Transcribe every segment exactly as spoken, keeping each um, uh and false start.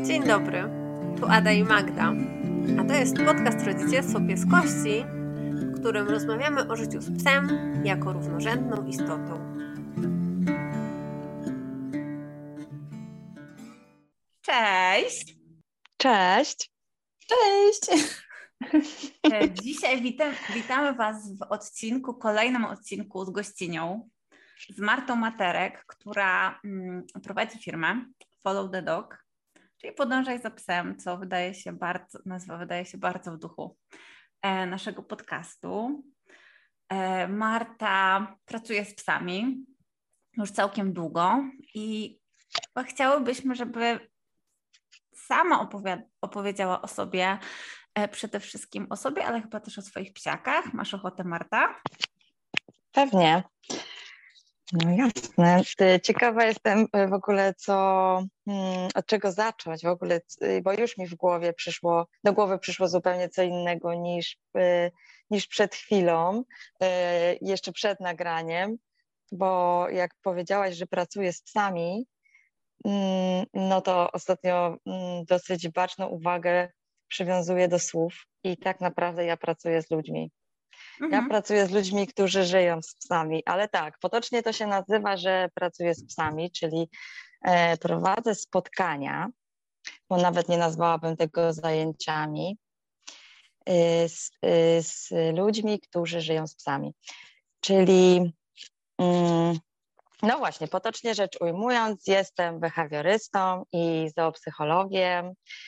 Dzień dobry, tu Ada i Magda, a to jest podcast Rodzicielstwo Pieskości, w którym rozmawiamy o życiu z psem jako równorzędną istotą. Cześć! Cześć! Cześć! Dzisiaj witam, witamy Was w odcinku, kolejnym odcinku z gościnią, z Martą Materek, która mm, prowadzi firmę Follow the Dog, czyli Podążaj za psem, co wydaje się bardzo, nazwa wydaje się bardzo w duchu e, naszego podcastu. E, Marta pracuje z psami już całkiem długo i chciałybyśmy, żeby sama opowi- opowiedziała o sobie, e, przede wszystkim o sobie, ale chyba też o swoich psiakach. Masz ochotę, Marta? Pewnie. No jasne. Ciekawa jestem w ogóle, co, od czego zacząć w ogóle, bo już mi w głowie przyszło, do głowy przyszło zupełnie co innego niż, niż przed chwilą, jeszcze przed nagraniem, bo jak powiedziałaś, że pracuję z psami, no to ostatnio dosyć baczną uwagę przywiązuję do słów i tak naprawdę ja pracuję z ludźmi. Ja Mhm. pracuję z ludźmi, którzy żyją z psami, ale tak, potocznie to się nazywa, że pracuję z psami, czyli e, prowadzę spotkania, bo nawet nie nazwałabym tego zajęciami, e, z, e, z ludźmi, którzy żyją z psami. Czyli, mm, no właśnie, potocznie rzecz ujmując, jestem behawiorystą i zoopsychologiem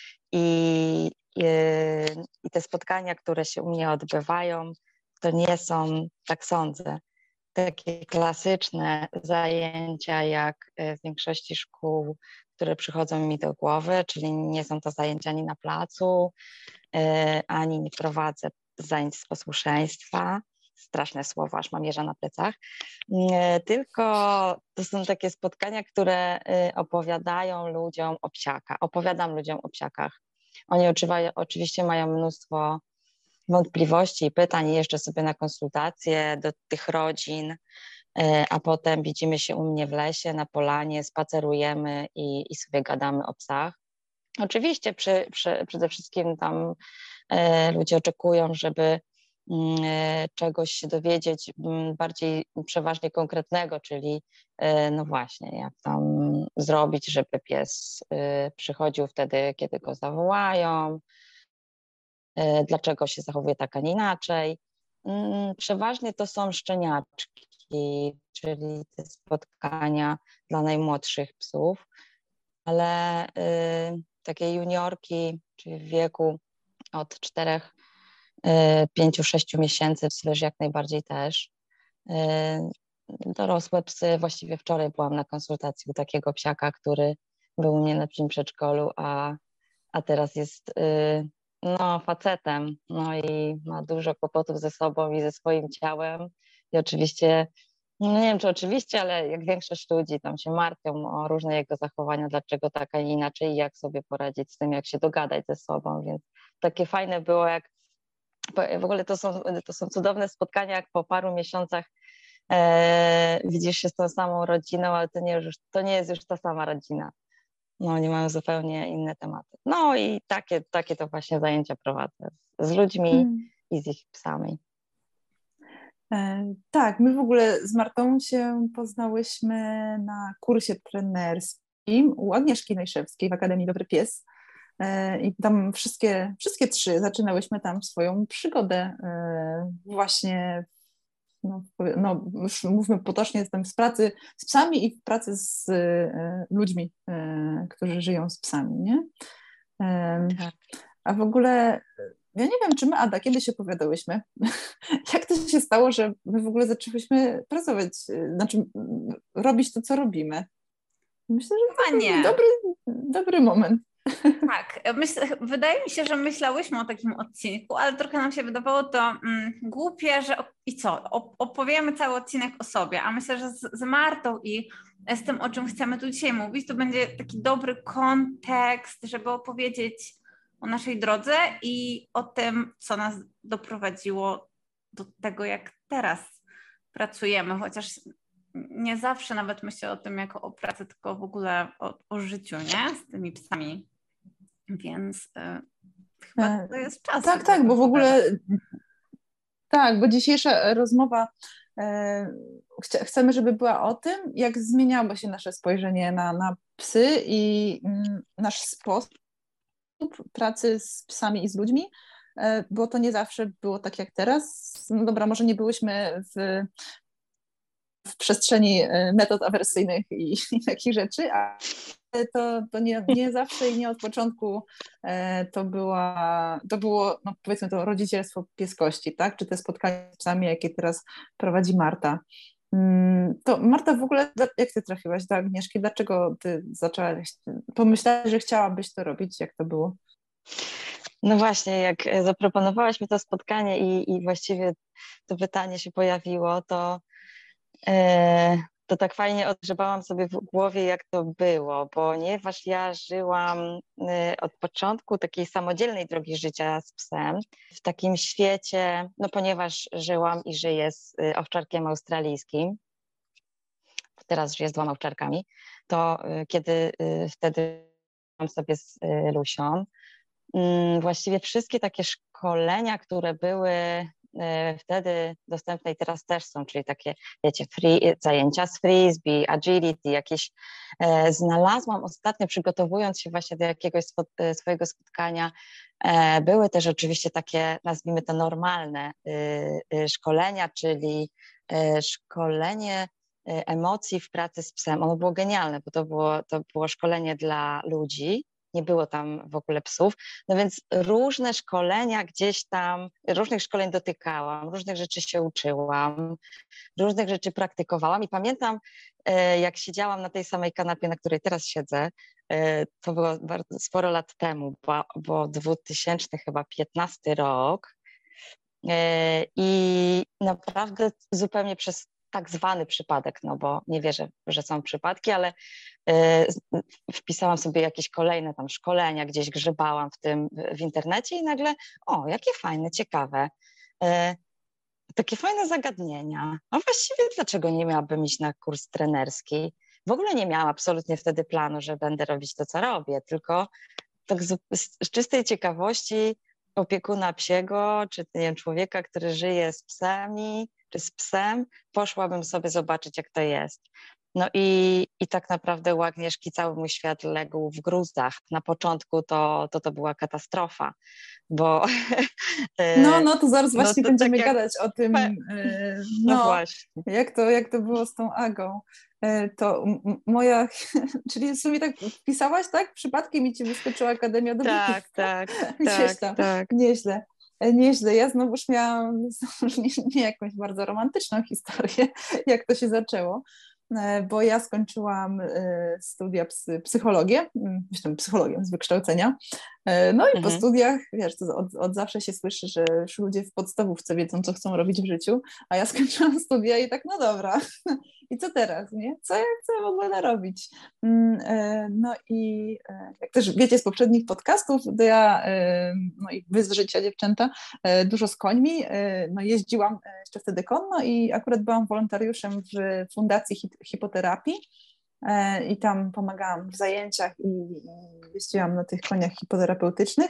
i, i, i te spotkania, które się u mnie odbywają, to nie są, tak sądzę, takie klasyczne zajęcia jak w większości szkół, które przychodzą mi do głowy, czyli nie są to zajęcia ani na placu, ani nie prowadzę zajęć z posłuszeństwa, straszne słowa, aż mam jeża na plecach, tylko to są takie spotkania, które opowiadają ludziom o psiakach, opowiadam ludziom o psiakach. Oni oczywiście mają mnóstwo wątpliwości i pytań, jeżdżę sobie na konsultacje do tych rodzin, a potem widzimy się u mnie w lesie, na polanie, spacerujemy i, i sobie gadamy o psach. Oczywiście przy, przy, przede wszystkim tam e, ludzie oczekują, żeby e, czegoś się dowiedzieć m, bardziej przeważnie konkretnego, czyli e, no właśnie, jak tam zrobić, żeby pies e, przychodził wtedy, kiedy go zawołają, dlaczego się zachowuje tak, a nie inaczej. Przeważnie to są szczeniaczki, czyli te spotkania dla najmłodszych psów, ale y, takie juniorki, czyli w wieku od czterech, pięciu, sześciu miesięcy, zależy jak najbardziej też. Y, dorosłe psy, właściwie wczoraj byłam na konsultacji u takiego psiaka, który był u mnie na psim przedszkolu, a, a teraz jest y, no, facetem, no i ma dużo kłopotów ze sobą i ze swoim ciałem i oczywiście, no nie wiem czy oczywiście, ale jak większość ludzi tam się martwią o różne jego zachowania, dlaczego tak, a nie inaczej i jak sobie poradzić z tym, jak się dogadać ze sobą, więc takie fajne było, jak w ogóle to są, to są cudowne spotkania, jak po paru miesiącach e, widzisz się z tą samą rodziną, ale to nie, już, to nie jest już ta sama rodzina. No, oni mają zupełnie inne tematy. No i takie, takie to właśnie zajęcia prowadzę z ludźmi hmm. i z ich psami. E, tak, my w ogóle z Martą się poznałyśmy na kursie trenerskim u Agnieszki Najszewskiej w Akademii Dobry Pies. E, I tam wszystkie, wszystkie trzy zaczynałyśmy tam swoją przygodę e, właśnie, no, no już mówmy potocznie, jestem z pracy z psami i w pracy z e, ludźmi, e, którzy żyją z psami, nie? E, tak. A w ogóle ja nie wiem, czy my, Ada, kiedy się opowiadałyśmy? Jak to się stało, że my w ogóle zaczęłyśmy pracować, znaczy robić to, co robimy? Myślę, że to był dobry, dobry moment. Tak, myślę, wydaje mi się, że myślałyśmy o takim odcinku, ale trochę nam się wydawało to mm, głupie, że i co, opowiemy cały odcinek o sobie, a myślę, że z, z Martą i z tym, o czym chcemy tu dzisiaj mówić, to będzie taki dobry kontekst, żeby opowiedzieć o naszej drodze i o tym, co nas doprowadziło do tego, jak teraz pracujemy, chociaż nie zawsze nawet myślę o tym jako o pracy, tylko w ogóle o, o życiu, nie? Z tymi psami. Więc y, chyba to jest czas. Tak, tak, bo w ogóle tak, bo dzisiejsza rozmowa e, chcia, chcemy, żeby była o tym, jak zmieniało się nasze spojrzenie na, na psy i mm, nasz sposób pracy z psami i z ludźmi, e, bo to nie zawsze było tak jak teraz. No dobra, może nie byłyśmy w, w przestrzeni metod awersyjnych i, i takich rzeczy, a to, to nie, nie zawsze i nie od początku e, to, była, to było, no powiedzmy to, rodzicielstwo pieskości, tak? Czy te spotkania z psami, jakie teraz prowadzi Marta. Mm, to Marta, w ogóle jak ty trafiłaś do Agnieszki? Dlaczego ty zaczęłaś, pomyślałaś, że chciałabyś to robić? Jak to było? No właśnie, jak zaproponowałaś mi to spotkanie i, i właściwie to pytanie się pojawiło, to e, to tak fajnie odgrzebałam sobie w głowie, jak to było, ponieważ ja żyłam y, od początku takiej samodzielnej drogi życia z psem, w takim świecie, no ponieważ żyłam i żyję z y, owczarkiem australijskim, teraz żyję z dwoma owczarkami, to y, kiedy y, wtedy byłam sobie z y, Lusią, y, właściwie wszystkie takie szkolenia, które były wtedy dostępne i teraz też są, czyli takie, wiecie, free, zajęcia z frisbee, agility, jakieś e, znalazłam ostatnio, przygotowując się właśnie do jakiegoś spot, swojego spotkania, e, były też oczywiście takie, nazwijmy to normalne y, y, szkolenia, czyli y, szkolenie emocji w pracy z psem. Ono było genialne, bo to było, to było szkolenie dla ludzi, nie było tam w ogóle psów, no więc różne szkolenia gdzieś tam, różnych szkoleń dotykałam, różnych rzeczy się uczyłam, różnych rzeczy praktykowałam i pamiętam, jak siedziałam na tej samej kanapie, na której teraz siedzę, to było bardzo sporo lat temu, bo, bo dwa tysiące piętnasty rok i naprawdę zupełnie przez tak zwany przypadek, no bo nie wierzę, że są przypadki, ale y, wpisałam sobie jakieś kolejne tam szkolenia, gdzieś grzebałam w tym w internecie i nagle, o, jakie fajne, ciekawe, y, takie fajne zagadnienia. A właściwie dlaczego nie miałabym iść na kurs trenerski? W ogóle nie miałam absolutnie wtedy planu, że będę robić to, co robię, tylko tak z, z czystej ciekawości opiekuna psiego, czy nie wiem, człowieka, który żyje z psami, czy z psem, poszłabym sobie zobaczyć, jak to jest. No i, i tak naprawdę u Agnieszki cały mój świat legł w gruzach. Na początku to, to, to była katastrofa, bo... No, no to zaraz właśnie no to będziemy tak jak... gadać o tym, no, no właśnie. Jak, to, jak to było z tą Agą. To m- moja, czyli w sumie tak wpisałaś, tak? Przypadkiem mi ci wyskoczyła Akademia Dobrych Tak, Pies. tak, Gdzieś tak, tam. tak. Nieźle. Nieźle. Ja znowuż miałam nie, nie jakąś bardzo romantyczną historię, jak to się zaczęło, bo ja skończyłam studia psy, psychologię, jestem psychologiem z wykształcenia, no i po Mhm. studiach, wiesz, to od, od zawsze się słyszy, że już ludzie w podstawówce wiedzą, co chcą robić w życiu, a ja skończyłam studia i tak, no dobra, i co teraz, nie? Co ja chcę w ogóle robić? No i jak też wiecie z poprzednich podcastów, to ja, no i wy z życia dziewczęta, dużo z końmi, no jeździłam jeszcze wtedy konno i akurat byłam wolontariuszem w Fundacji Hipoterapii i tam pomagałam w zajęciach i jeździłam na tych koniach hipoterapeutycznych.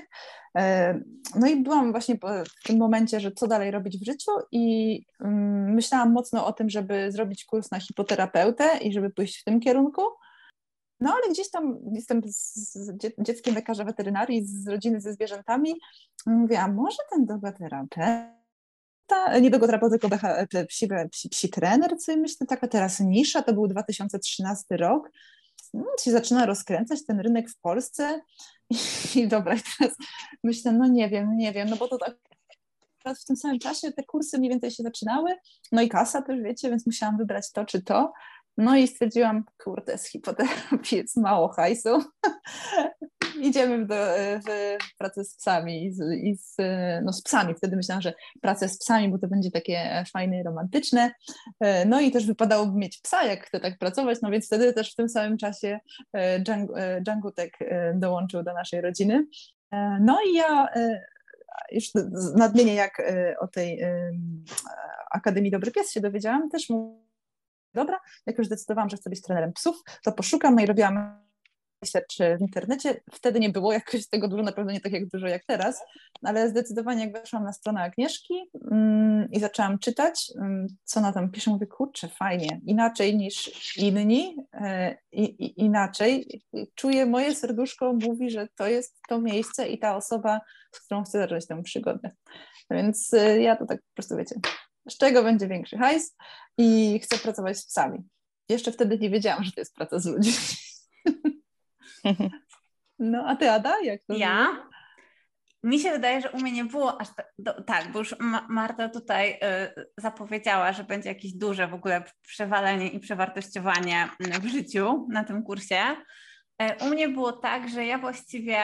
No i byłam właśnie w tym momencie, że co dalej robić w życiu i myślałam mocno o tym, żeby zrobić kurs na hipoterapeutę i żeby pójść w tym kierunku. No ale gdzieś tam jestem z dzieckiem lekarza weterynarii, z rodziny ze zwierzętami. Mówię, a może ten dogoterapeuta, nie dogoterapeuta, tylko psi, psi, psi trener, co myślę, taka teraz nisza, to był dwa tysiące trzynasty rok. No, się zaczyna rozkręcać ten rynek w Polsce i, i dobra, i teraz myślę, no nie wiem, nie wiem, no bo to tak w tym samym czasie te kursy mniej więcej się zaczynały, no i kasa też, wiecie, więc musiałam wybrać to czy to. No i stwierdziłam, kurde, z hipoterapii jest mało hajsu. Idziemy w, do, w pracę z psami i, z, i z, no z psami. Wtedy myślałam, że pracę z psami, bo to będzie takie fajne i romantyczne. No i też wypadałoby mieć psa, jak chcę tak pracować, no więc wtedy też w tym samym czasie Dżangutek dołączył do naszej rodziny. No i ja już nadmienię, jak o tej Akademii Dobry Pies się dowiedziałam, też mu dobra, jak już zdecydowałam, że chcę być trenerem psów, to poszukam, no i robiłam research w internecie. Wtedy nie było jakoś tego dużo, na pewno nie tak jak dużo jak teraz, ale zdecydowanie jak weszłam na stronę Agnieszki um, i zaczęłam czytać, um, co ona tam pisze, mówię, kurczę, fajnie, inaczej niż inni, e, i, i, inaczej. Czuję, moje serduszko mówi, że to jest to miejsce i ta osoba, z którą chcę zacząć tę przygodę. Więc e, ja to tak po prostu, wiecie, z czego będzie większy hajs i chcę pracować z psami. Jeszcze wtedy nie wiedziałam, że to jest praca z ludźmi. No, a ty, Ada, jak to Ja? było? Mi się wydaje, że u mnie nie było aż tak, do, tak, bo już Ma- Marta tutaj y, zapowiedziała, że będzie jakieś duże w ogóle przewalenie i przewartościowanie w życiu na tym kursie. Y, u mnie było tak, że ja właściwie,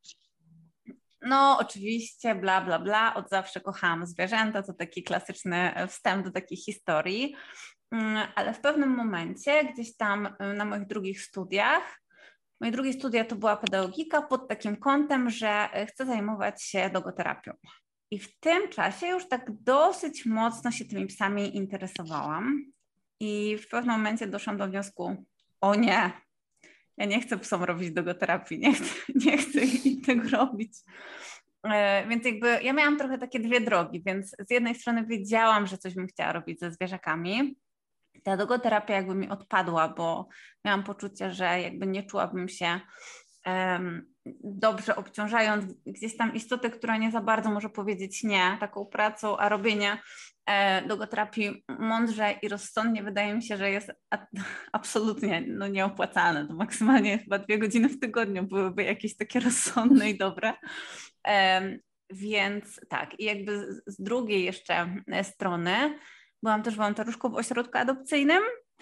no oczywiście, bla, bla, bla, od zawsze kochałam zwierzęta, to taki klasyczny wstęp do takiej historii, y, ale w pewnym momencie, gdzieś tam y, na moich drugich studiach, moje drugie studia to była pedagogika pod takim kątem, że chcę zajmować się logoterapią. I w tym czasie już tak dosyć mocno się tymi psami interesowałam. I w pewnym momencie doszłam do wniosku, o nie, ja nie chcę psom robić logoterapii, nie chcę, nie chcę im tego robić. E, więc jakby ja miałam trochę takie dwie drogi, więc z jednej strony wiedziałam, że coś bym chciała robić ze zwierzakami. Ta logoterapia jakby mi odpadła, bo miałam poczucie, że jakby nie czułabym się um, dobrze obciążając gdzieś tam istotę, która nie za bardzo może powiedzieć nie taką pracą, a robienie e, logoterapii mądrze i rozsądnie wydaje mi się, że jest a, absolutnie no, nieopłacalne. To maksymalnie chyba dwie godziny w tygodniu byłyby jakieś takie rozsądne i dobre. Um, więc tak, i jakby z, z drugiej jeszcze strony byłam też wolontariuszką w ośrodku adopcyjnym,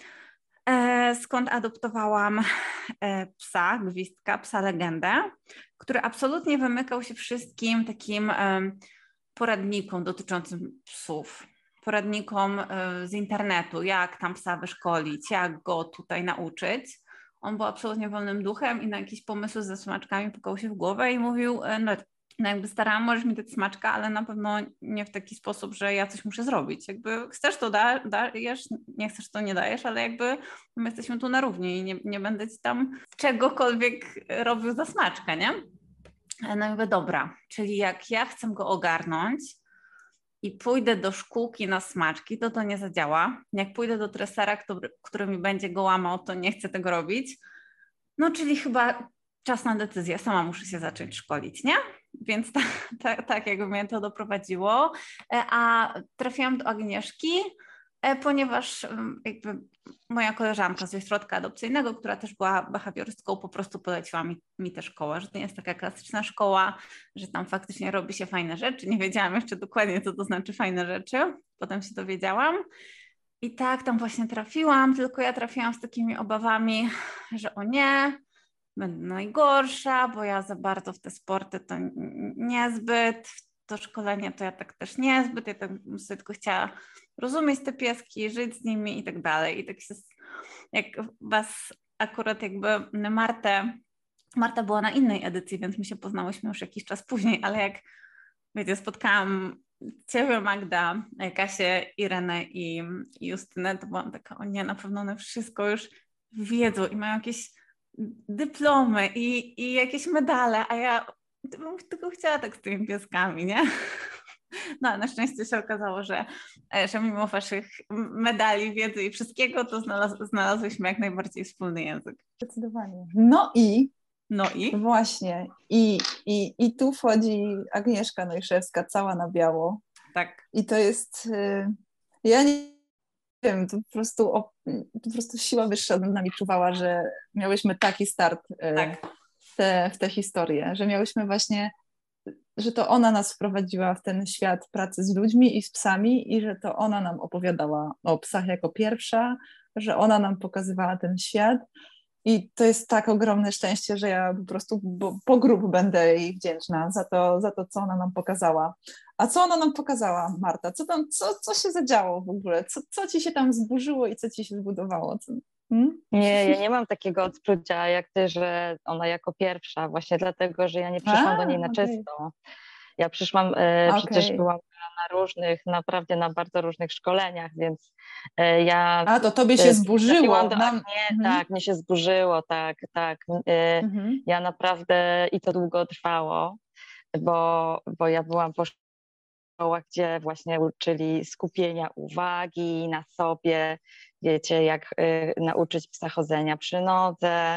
skąd adoptowałam psa, gwizdka, psa legendę, który absolutnie wymykał się wszystkim takim poradnikom dotyczącym psów, poradnikom z internetu, jak tam psa wyszkolić, jak go tutaj nauczyć. On był absolutnie wolnym duchem i na jakieś pomysły ze smaczkami pukał się w głowę i mówił, no, no jakby starałam, możesz mi dać smaczka, ale na pewno nie w taki sposób, że ja coś muszę zrobić. Jakby chcesz to da, dajesz, nie chcesz to nie dajesz, ale jakby my jesteśmy tu na równi i nie, nie będę ci tam czegokolwiek robił za smaczka, nie? No i mówię, dobra, czyli jak ja chcę go ogarnąć i pójdę do szkółki na smaczki, to to nie zadziała. Jak pójdę do tresera, który, który mi będzie go łamał, to nie chcę tego robić. No czyli chyba czas na decyzję, sama muszę się zacząć szkolić, nie? Więc tak, tak, tak jakby mnie to doprowadziło. A trafiłam do Agnieszki, ponieważ jakby moja koleżanka z ośrodka adopcyjnego, która też była behawiorystką, po prostu poleciła mi, mi tę szkołę, że to nie jest taka klasyczna szkoła, że tam faktycznie robi się fajne rzeczy. Nie wiedziałam jeszcze dokładnie, co to znaczy fajne rzeczy. Potem się dowiedziałam. I tak tam właśnie trafiłam, tylko ja trafiłam z takimi obawami, że o nie, będę najgorsza, bo ja za bardzo w te sporty to niezbyt, w to szkolenie to ja tak też niezbyt, ja tak bym sobie tylko chciała rozumieć te pieski, żyć z nimi i tak dalej. I tak się, jak was akurat jakby Martę, Marta była na innej edycji, więc my się poznałyśmy już jakiś czas później, ale jak wiecie, spotkałam Ciebie, Magda, Kasię, Irenę i, i Justynę, to byłam taka, o nie, na pewno one wszystko już wiedzą i mają jakieś dyplomy i, i jakieś medale, a ja bym tylko chciała tak z tymi pieskami, nie? No, na szczęście się okazało, że, że mimo waszych medali, wiedzy i wszystkiego, to znalaz, znalazłyśmy jak najbardziej wspólny język. Zdecydowanie. No i No i? Właśnie. I, i, i tu wchodzi Agnieszka Nojszewska, cała na biało. Tak. I to jest... Y, ja nie wiem, to po prostu, o, to po prostu siła wyższa nad nami czuwała, że miałyśmy taki start y, tak. w, te, w tę historię, że miałyśmy właśnie, że to ona nas wprowadziła w ten świat pracy z ludźmi i z psami i że to ona nam opowiadała o psach jako pierwsza, że ona nam pokazywała ten świat. I to jest tak ogromne szczęście, że ja po prostu po grób będę jej wdzięczna za to, za to, co ona nam pokazała. A co ona nam pokazała, Marta? Co tam, co, co się zadziało w ogóle? Co, co ci się tam zburzyło i co ci się zbudowało? Co, hmm? Nie, ja nie mam takiego odczucia jak ty, że ona jako pierwsza, właśnie dlatego, że ja nie przyszłam A, do niej na okay. czysto. Ja przyszłam, e, Okay. przecież byłam na różnych, naprawdę na bardzo różnych szkoleniach, więc e, ja A to tobie się e, zburzyło. do, Nam... nie, mhm. tak, mnie się zburzyło, tak, tak. E, Mhm. ja naprawdę, i to długo trwało, bo, bo ja byłam po szkołach, gdzie właśnie uczyli skupienia uwagi na sobie, wiecie, jak y, nauczyć psa chodzenia przy nodze,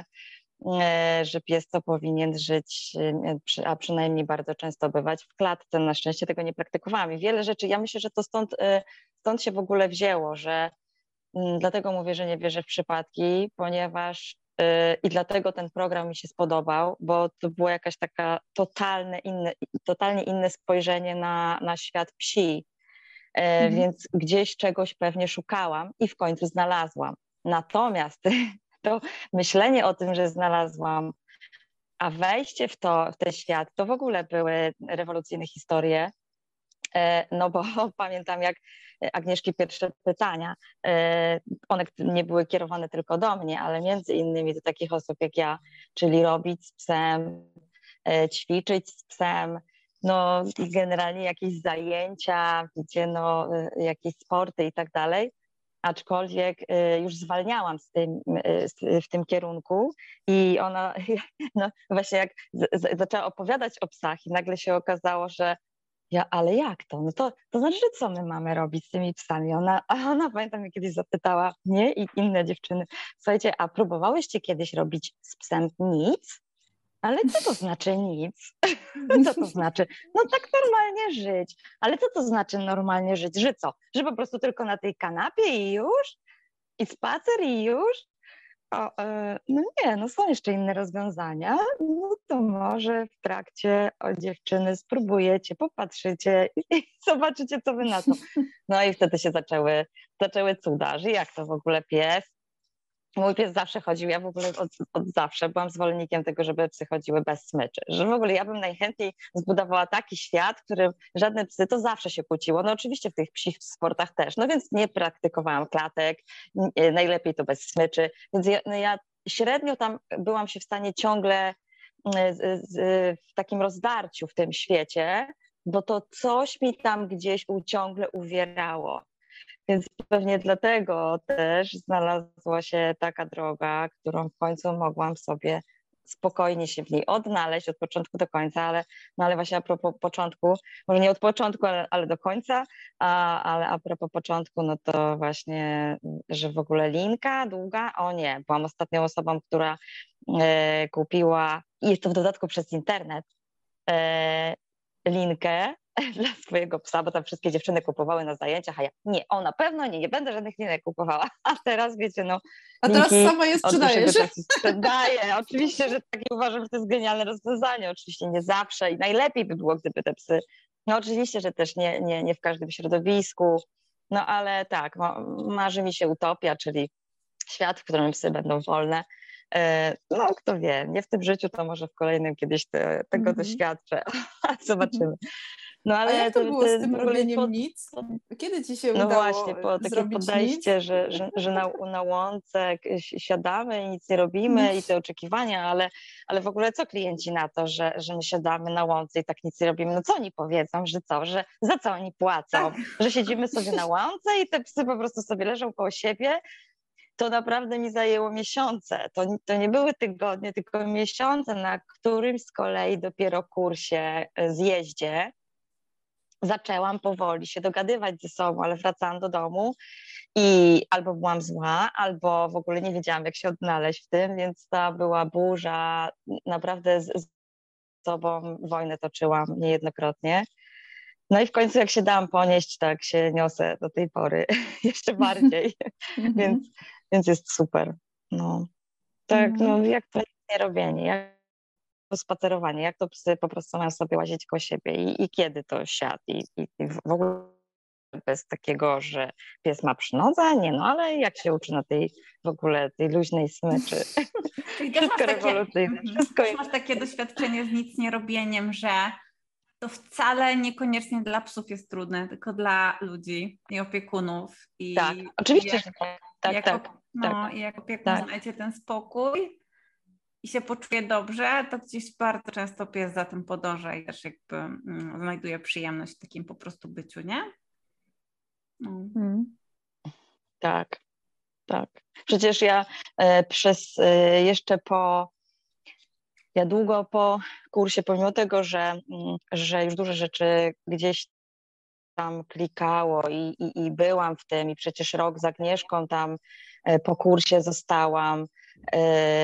y, że pies to powinien żyć, y, przy, a przynajmniej bardzo często bywać w klatce. Na szczęście tego nie praktykowałam i wiele rzeczy, ja myślę, że to stąd, y, stąd się w ogóle wzięło, że y, dlatego mówię, że nie wierzę w przypadki, ponieważ i dlatego ten program mi się spodobał, bo to było jakaś taka totalne inne, totalnie inne spojrzenie na, na świat psi. Mhm. Więc gdzieś czegoś pewnie szukałam i w końcu znalazłam. Natomiast to myślenie o tym, że znalazłam, a wejście w to, w ten świat, to w ogóle były rewolucyjne historie. No bo pamiętam, jak Agnieszki pierwsze pytania, one nie były kierowane tylko do mnie, ale między innymi do takich osób jak ja, czyli robić z psem, ćwiczyć z psem, no i generalnie jakieś zajęcia, gdzie no jakieś sporty i tak dalej. Aczkolwiek już zwalniałam z tym, w tym kierunku i ona no właśnie jak z, z, zaczęła opowiadać o psach i nagle się okazało, że ja, ale jak to? No to, to znaczy, że co my mamy robić z tymi psami? Ona, a ona, pamiętam, mnie kiedyś zapytała mnie i inne dziewczyny, słuchajcie, a próbowałyście kiedyś robić z psem nic? Ale co to znaczy nic? Co to znaczy? No tak normalnie żyć. Ale co to znaczy normalnie żyć? Że co? Że po prostu tylko na tej kanapie i już? I spacer i już? O, no nie, no są jeszcze inne rozwiązania, no to może w trakcie o dziewczyny spróbujecie, popatrzycie i zobaczycie, co wy na to. No i wtedy się zaczęły, zaczęły cuda, że jak to w ogóle pies? Mój pies zawsze chodził, ja w ogóle od, od zawsze byłam zwolennikiem tego, żeby psy chodziły bez smyczy. Że w ogóle ja bym najchętniej zbudowała taki świat, w którym żadne psy to zawsze się kłóciło. No oczywiście w tych psich sportach też, no więc nie praktykowałam klatek, najlepiej to bez smyczy. Więc ja, no ja średnio tam byłam się w stanie ciągle z, z, w takim rozdarciu w tym świecie, bo to coś mi tam gdzieś ciągle uwierało. Więc pewnie dlatego też znalazła się taka droga, którą w końcu mogłam sobie spokojnie się w niej odnaleźć od początku do końca, ale, no ale właśnie a propos początku, może nie od początku, ale, ale do końca, a, ale a propos początku, no to właśnie, że w ogóle linka długa, o nie, byłam ostatnią osobą, która e, kupiła, i jest to w dodatku przez internet, e, linkę dla swojego psa, bo tam wszystkie dziewczyny kupowały na zajęciach, a ja nie, o na pewno nie, nie będę żadnych linek kupowała, a teraz wiecie, no a teraz sama je sprzedajesz. Sprzedaję, oczywiście, że tak, uważam, że to jest genialne rozwiązanie, oczywiście nie zawsze i najlepiej by było, gdyby te psy, no oczywiście, że też nie, nie, nie w każdym środowisku, no ale tak, marzy mi się utopia, czyli świat, w którym psy będą wolne. No kto wie, nie w tym życiu, to może w kolejnym kiedyś te, tego mm-hmm. doświadczę, zobaczymy. No, ale a jak to było to, z tym robieniem pod... nic? Kiedy ci się no udało właśnie, po takie podejście, nic? że, że, że na, na łące siadamy i nic nie robimy i te oczekiwania, ale, ale w ogóle co klienci na to, że, że my siadamy na łące i tak nic nie robimy? No co oni powiedzą, że co, że za co oni płacą? Że siedzimy sobie na łące i te psy po prostu sobie leżą koło siebie? To naprawdę mi zajęło miesiące. To, to nie były tygodnie, tylko miesiące, na którymś z kolei dopiero kursie, zjeździe zaczęłam powoli się dogadywać ze sobą, ale wracałam do domu i albo byłam zła, albo w ogóle nie wiedziałam, jak się odnaleźć w tym, więc to była burza. Naprawdę z, z sobą wojnę toczyłam niejednokrotnie. No i w końcu jak się dałam ponieść, tak się niosę do tej pory jeszcze bardziej, więc, więc jest super. No. Tak, no jak to nie robienie, jak to spacerowanie, jak to psy po prostu mają sobie łazić koło siebie i, i kiedy to siad i, i, i w ogóle bez takiego, że pies ma przy nodze, nie no, ale jak się uczy na tej w ogóle tej luźnej smyczy. Czyli też masz, takie, wszystko też masz takie doświadczenie z nic nie robieniem, że to wcale niekoniecznie dla psów jest trudne, tylko dla ludzi i opiekunów. I tak, oczywiście, jak, że tak. Tak, jak, tak, no, tak, i jak opiekun tak. znajdzie ten spokój i się poczuje dobrze, to gdzieś bardzo często pies za tym podąża i też jakby mm, znajduje przyjemność w takim po prostu byciu, nie? No. Mm. Tak, tak. Przecież ja e, przez e, jeszcze po, ja długo po kursie, pomimo tego, że, mm, że już duże rzeczy gdzieś tam klikało i, i, i byłam w tym i przecież rok z Agnieszką tam e, po kursie zostałam, e,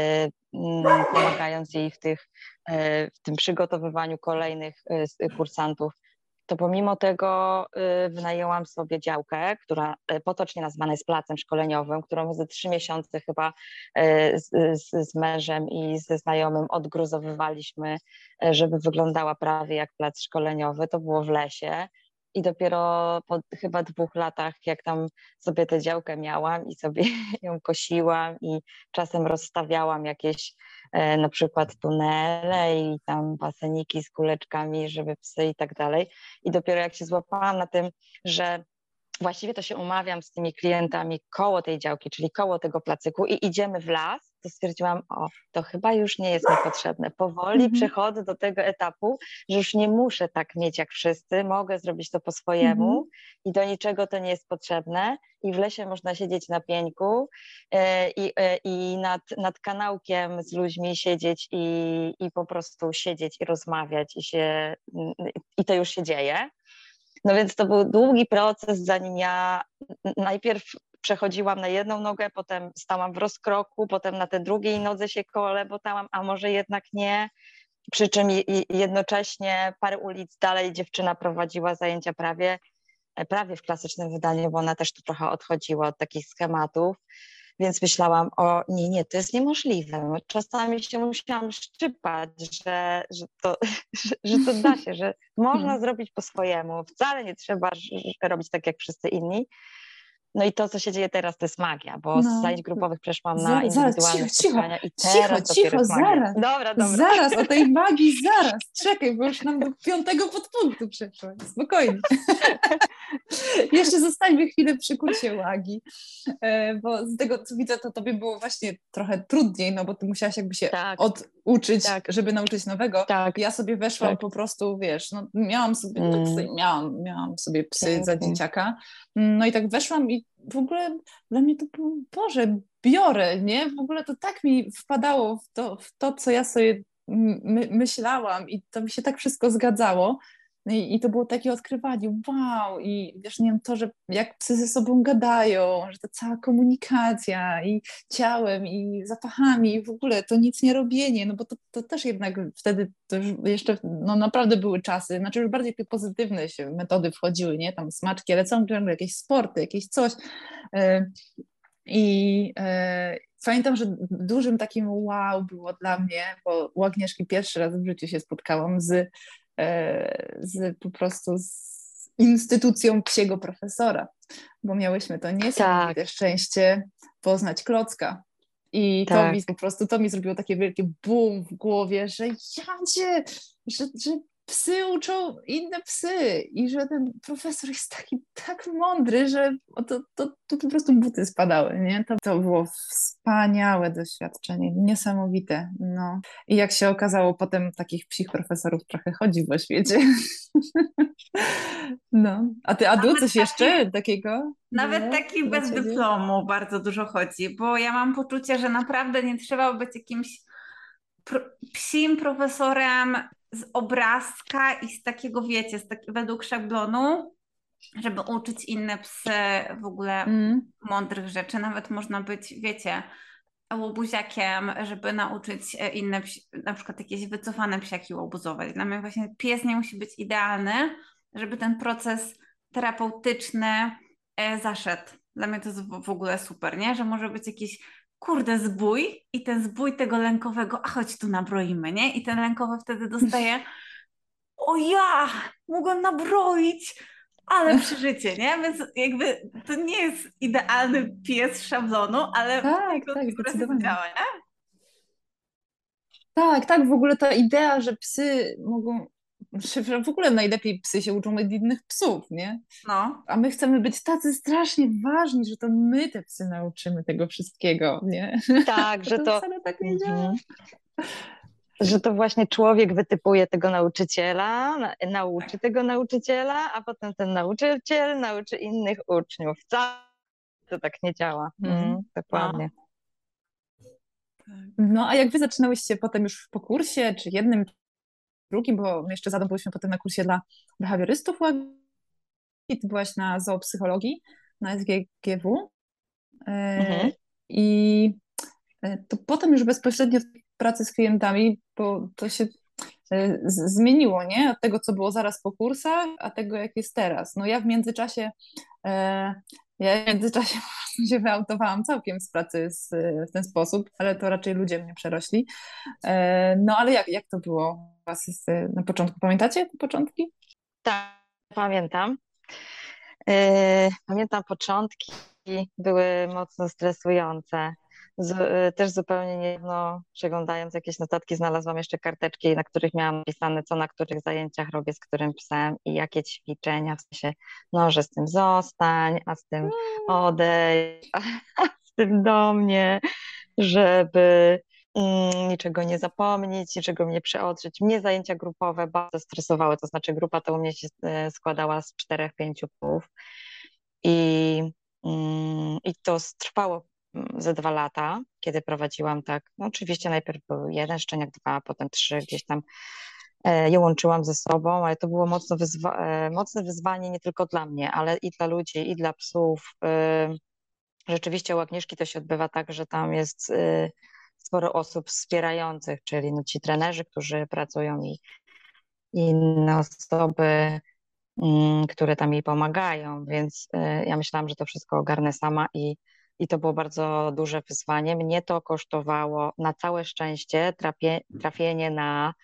mm, pomagając jej w, tych, e, w tym przygotowywaniu kolejnych e, kursantów. To pomimo tego y, wynajęłam sobie działkę, która y, potocznie nazwana jest placem szkoleniowym, którą ze trzy miesiące chyba y, z, z, z mężem i ze znajomym odgruzowywaliśmy, y, żeby wyglądała prawie jak plac szkoleniowy. To było w lesie. I dopiero po chyba dwóch latach, jak tam sobie tę działkę miałam i sobie ją kosiłam i czasem rozstawiałam jakieś e, na przykład tunele i tam baseniki z kuleczkami, żeby psy i tak dalej. I dopiero jak się złapałam na tym, że właściwie to się umawiam z tymi klientami koło tej działki, czyli koło tego placyku i idziemy w las, to stwierdziłam, o, to chyba już nie jest mi potrzebne. Powoli Mhm. przechodzę do tego etapu, że już nie muszę tak mieć jak wszyscy, mogę zrobić to po swojemu Mhm. i do niczego to nie jest potrzebne i w lesie można siedzieć na pieńku e, i, e, i nad, nad kanałkiem z ludźmi siedzieć i, i po prostu siedzieć i rozmawiać i, się, i to już się dzieje. No więc to był długi proces, zanim ja najpierw przechodziłam na jedną nogę, potem stałam w rozkroku, potem na tej drugiej nodze się kolebotałam, a może jednak nie. Przy czym jednocześnie parę ulic dalej dziewczyna prowadziła zajęcia prawie, prawie w klasycznym wydaniu, bo ona też tu trochę odchodziła od takich schematów. Więc myślałam, o nie, nie, to jest niemożliwe. Czasami się musiałam szczypać, że, że, to, że, że to da się, że można Hmm. zrobić po swojemu. Wcale nie trzeba robić tak jak wszyscy inni. No i to, co się dzieje teraz, to jest magia, bo z No. zajęć grupowych przeszłam na Zaraz, zaraz, indywidualne cicho, cicho, spotkania i cicho, teraz dopiero cicho, jest magia. zaraz. Dobra, dobra. Zaraz, o tej magii zaraz. Czekaj, bo już nam do piątego podpunktu przeszłaś. Spokojnie. Jeszcze zostańmy chwilę przy kursie łagi, e, bo z tego, co widzę, to tobie było właśnie trochę trudniej, no bo ty musiałaś jakby się Tak. oduczyć, Tak. żeby nauczyć nowego. Tak. Ja sobie weszłam Tak. po prostu, wiesz, no miałam sobie, Mm. tak sobie miałam, miałam sobie psy Pięknie. za dzieciaka, no i tak weszłam i w ogóle dla mnie to było, Boże, biorę, nie? W ogóle to tak mi wpadało w to, w to co ja sobie my, myślałam i to mi się tak wszystko zgadzało. I, I to było takie odkrywanie, wow, i wiesz, nie wiem, to, że jak psy ze sobą gadają, że ta cała komunikacja i ciałem, i zapachami, i w ogóle to nic nie robienie, no bo to, to też jednak wtedy to już jeszcze, no naprawdę były czasy, znaczy już bardziej te pozytywne się metody wchodziły, nie, tam smaczki, ale ciągle jakieś sporty, jakieś coś. I e, pamiętam, że dużym takim wow było dla mnie, bo u Agnieszki pierwszy raz w życiu się spotkałam z z po prostu z instytucją psiego profesora, bo miałyśmy to niesamowite Tak. szczęście poznać Klocka. I Tak. to mi po prostu, to mi zrobiło takie wielkie boom w głowie, że jadzie, że, że psy uczą inne psy i że ten profesor jest taki tak mądry, że to, to, to po prostu buty spadały, nie? To, to było wspaniałe doświadczenie, niesamowite, no. I jak się okazało, potem takich psich profesorów trochę chodzi w świecie. No. A ty, a było coś taki, jeszcze takiego? Nawet było takich bez ciebie? dyplomu bardzo dużo chodzi, bo ja mam poczucie, że naprawdę nie trzeba być jakimś pro, psim profesorem z obrazka i z takiego, wiecie, z taki, według szablonu, żeby uczyć inne psy w ogóle mm. mądrych rzeczy. Nawet można być, wiecie, łobuziakiem, żeby nauczyć inne, psi, na przykład jakieś wycofane psiaki łobuzować. Dla mnie właśnie pies nie musi być idealny, żeby ten proces terapeutyczny e, zaszedł. Dla mnie to jest w, w ogóle super, nie? Że może być jakiś kurde zbój i ten zbój tego lękowego, a chodź tu nabroimy, nie? I ten lękowy wtedy dostaje o ja, mogłem nabroić, ale przeżycie, nie? Więc jakby to nie jest idealny pies szablonu, ale tak, tak, zdecydowanie działa, nie? Tak, tak, w ogóle ta idea, że psy mogą, że w ogóle najlepiej psy się uczą od innych psów, nie? No. A my chcemy być tacy strasznie ważni, że to my te psy nauczymy tego wszystkiego, nie? Tak, że to... wcale tak nie działa. Że to właśnie człowiek wytypuje tego nauczyciela, na, nauczy tego nauczyciela, a potem ten nauczyciel nauczy innych uczniów. Wcale to tak nie działa. Mm, Mhm. dokładnie. No a jak wy zaczynałyście potem już po kursie, czy jednym, czy drugim, bo my jeszcze zadą byliśmy potem na kursie dla behawiorystów u Agi, ty byłaś na zoopsychologii, na S G G W Mhm. i to potem już bezpośrednio w pracy z klientami, bo to się z- zmieniło, nie? Od tego, co było zaraz po kursach, a tego, jak jest teraz. No ja w międzyczasie e, ja w międzyczasie po prostu się wyautowałam całkiem z pracy z, w ten sposób, ale to raczej ludzie mnie przerośli. E, no ale jak, jak to było u was jest, e, na początku? Pamiętacie te początki? Tak, pamiętam. E, pamiętam początki były mocno stresujące. Z, e, też zupełnie niedawno przeglądając jakieś notatki znalazłam jeszcze karteczki, na których miałam napisane, co na których zajęciach robię z którym psem i jakie ćwiczenia, w sensie, no, że z tym zostań, a z tym odejdź, a z tym do mnie, żeby mm, niczego nie zapomnieć, niczego nie przeoczyć. Mnie zajęcia grupowe bardzo stresowały, to znaczy grupa to u mnie się e, składała z czterech, pięciu psów i, mm, i to trwało mm, ze dwa lata, kiedy prowadziłam tak, no oczywiście najpierw był jeden szczeniak, dwa, potem trzy, gdzieś tam e, je łączyłam ze sobą, ale to było mocno wyzwa e, mocne wyzwanie nie tylko dla mnie, ale i dla ludzi, i dla psów. E, Rzeczywiście u Agnieszki to się odbywa tak, że tam jest y, sporo osób wspierających, czyli no ci trenerzy, którzy pracują i i inne osoby, mm, które tam jej pomagają, więc y, ja myślałam, że to wszystko ogarnę sama i, i to było bardzo duże wyzwanie. Mnie to kosztowało na całe szczęście trafie, trafienie na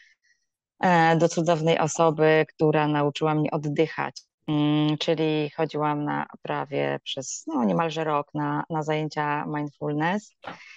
e, do cudownej osoby, która nauczyła mnie oddychać. Mm, Czyli chodziłam na prawie przez no, niemalże rok na, na zajęcia mindfulness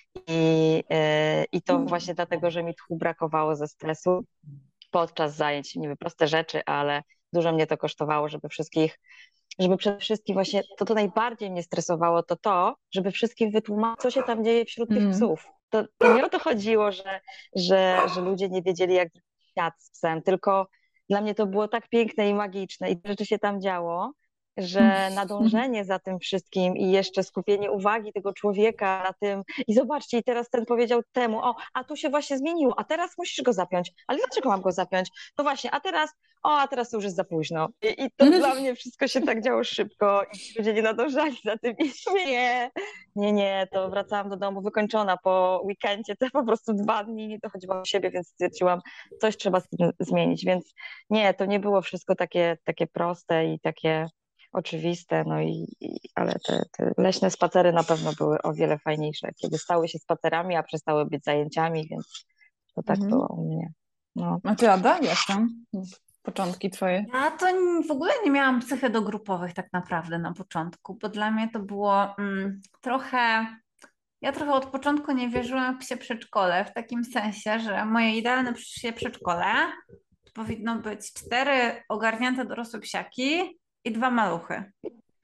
i, e, i to właśnie dlatego, że mi tchu brakowało ze stresu podczas zajęć. Niby proste rzeczy, ale dużo mnie to kosztowało, żeby wszystkich, żeby przede wszystkim właśnie to, co najbardziej mnie stresowało, to to, żeby wszystkim wytłumaczyć, co się tam dzieje wśród tych Mm. psów. To, to nie o to chodziło, że, że, że ludzie nie wiedzieli, jak świat z psem, tylko dla mnie to było tak piękne i magiczne i rzeczy się tam działo, że nadążenie za tym wszystkim i jeszcze skupienie uwagi tego człowieka na tym i zobaczcie, i teraz ten powiedział temu, o, a tu się właśnie zmieniło, a teraz musisz go zapiąć, ale dlaczego mam go zapiąć? No właśnie, a teraz, o, a teraz to już jest za późno. I, i to dla mnie wszystko się tak działo szybko i ci ludzie nie nadążali za tym i nie, nie, nie, to wracałam do domu wykończona po weekendzie, to po prostu dwa dni nie dochodziłam do siebie, więc stwierdziłam, coś trzeba z tym zmienić, więc nie, to nie było wszystko takie, takie proste i takie oczywiste, no i, i ale te, te leśne spacery na pewno były o wiele fajniejsze, kiedy stały się spacerami, a przestały być zajęciami, więc to tak Mhm. było u mnie. No. A ty, Ada, jak tam? Początki twoje? Ja to n- w ogóle nie miałam psychy do grupowych tak naprawdę na początku, bo dla mnie to było mm, trochę. Ja trochę od początku nie wierzyłam w psie przedszkole, w takim sensie, że moje idealne psie przedszkole to powinno być cztery ogarnięte dorosłe psiaki i dwa maluchy.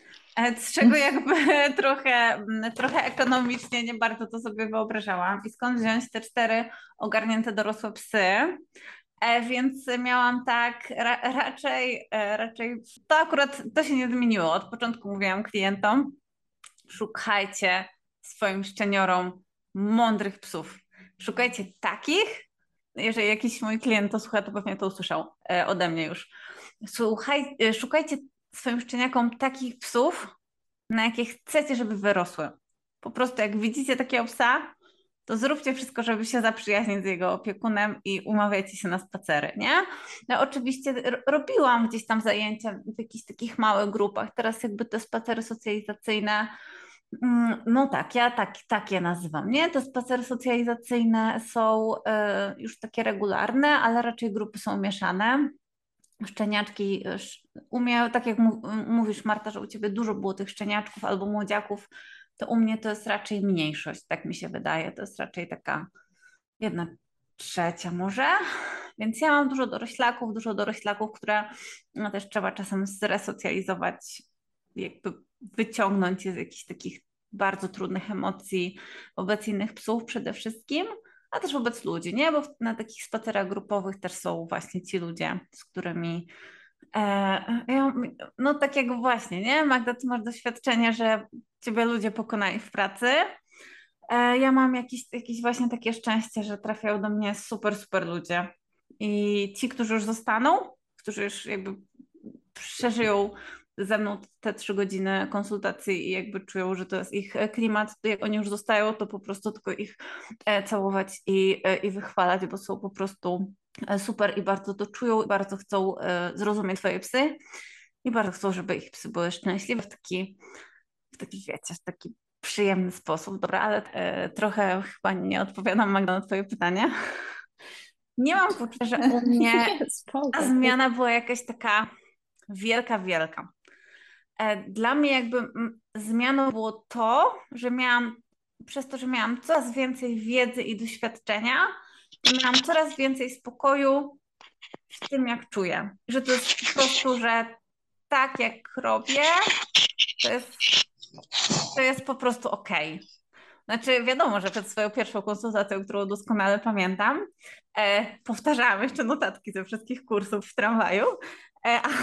E, Z czego jakby trochę, mm, trochę ekonomicznie nie bardzo to sobie wyobrażałam. I skąd wziąć te cztery ogarnięte dorosłe psy? E, Więc miałam tak ra, raczej, e, raczej to akurat to się nie zmieniło. Od początku mówiłam klientom, szukajcie swoim szczeniorom mądrych psów. Szukajcie takich, jeżeli jakiś mój klient to słucha, to pewnie to usłyszał e, ode mnie już. Słuchaj, e, szukajcie swoim szczeniakom takich psów, na jakie chcecie, żeby wyrosły. Po prostu jak widzicie takiego psa, to zróbcie wszystko, żeby się zaprzyjaźnić z jego opiekunem i umawiajcie się na spacery, nie? No oczywiście r- robiłam gdzieś tam zajęcia w jakichś takich małych grupach. Teraz jakby te spacery socjalizacyjne, mm, no tak, ja tak, tak je nazywam, nie? Te spacery socjalizacyjne są e, już takie regularne, ale raczej grupy są mieszane. Szczeniaczki, sz- u mnie, tak jak mu- mówisz, Marta, że u ciebie dużo było tych szczeniaczków albo młodziaków, to u mnie to jest raczej mniejszość, tak mi się wydaje. To jest raczej taka jedna trzecia może. Więc ja mam dużo doroślaków, dużo doroślaków, które no, też trzeba czasem zresocjalizować, jakby wyciągnąć je z jakichś takich bardzo trudnych emocji wobec innych psów przede wszystkim. a też wobec ludzi, nie? Bo na takich spacerach grupowych też są właśnie ci ludzie, z którymi e, ja, no tak jak właśnie, nie? Magda, ty masz doświadczenie, że ciebie ludzie pokonali w pracy. E, ja mam jakieś, jakieś właśnie takie szczęście, że trafiają do mnie super, super ludzie. I ci, którzy już zostaną, którzy już jakby przeżyją ze mną te trzy godziny konsultacji i jakby czują, że to jest ich klimat, to jak oni już zostają, to po prostu tylko ich e, całować i, e, i wychwalać, bo są po prostu e, super i bardzo to czują i bardzo chcą e, zrozumieć twoje psy i bardzo chcą, żeby ich psy były szczęśliwe w taki, w taki wiecie, w taki przyjemny sposób. Dobra, ale e, trochę chyba nie odpowiadam, Magda, na twoje pytanie. Nie mam poczucia, że u mnie Nie, spoko. ta zmiana była jakaś taka wielka, wielka. E, Dla mnie jakby mm, zmianą było to, że miałam, przez to, że miałam coraz więcej wiedzy i doświadczenia, to miałam coraz więcej spokoju w tym, jak czuję. Że to jest po prostu, że tak jak robię, to jest, to jest po prostu okej. Znaczy, wiadomo, że przed swoją pierwszą konsultacją, którą doskonale pamiętam, e, powtarzałam jeszcze notatki ze wszystkich kursów w tramwaju, e, a,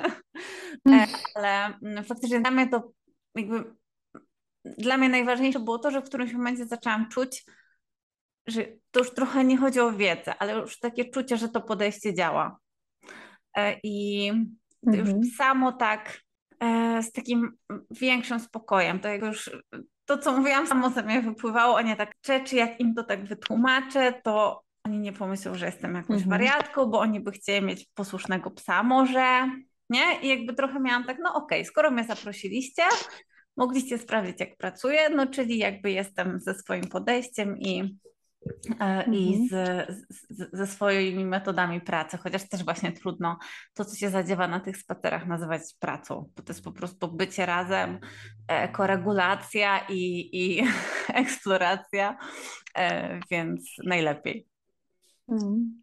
e, ale mm, faktycznie dla mnie to jakby, dla mnie najważniejsze było to, że w którymś momencie zaczęłam czuć, że to już trochę nie chodzi o wiedzę, ale już takie czucie, że to podejście działa. E, I to już Mhm. samo tak e, z takim większym spokojem, to jak już to, co mówiłam, samo ze mnie wypływało, a nie tak rzeczy, jak im to tak wytłumaczę, to oni nie pomyślą, że jestem jakąś Mhm. wariatką, bo oni by chcieli mieć posłusznego psa może, nie? I jakby trochę miałam tak, no okej, skoro mnie zaprosiliście, mogliście sprawdzić, jak pracuję, no czyli jakby jestem ze swoim podejściem i e, i Mhm. z, z, ze swoimi metodami pracy, chociaż też właśnie trudno to, co się zadziewa na tych spacerach, nazywać pracą, bo to jest po prostu bycie razem, e, koregulacja i, i eksploracja, e, więc najlepiej. Mhm.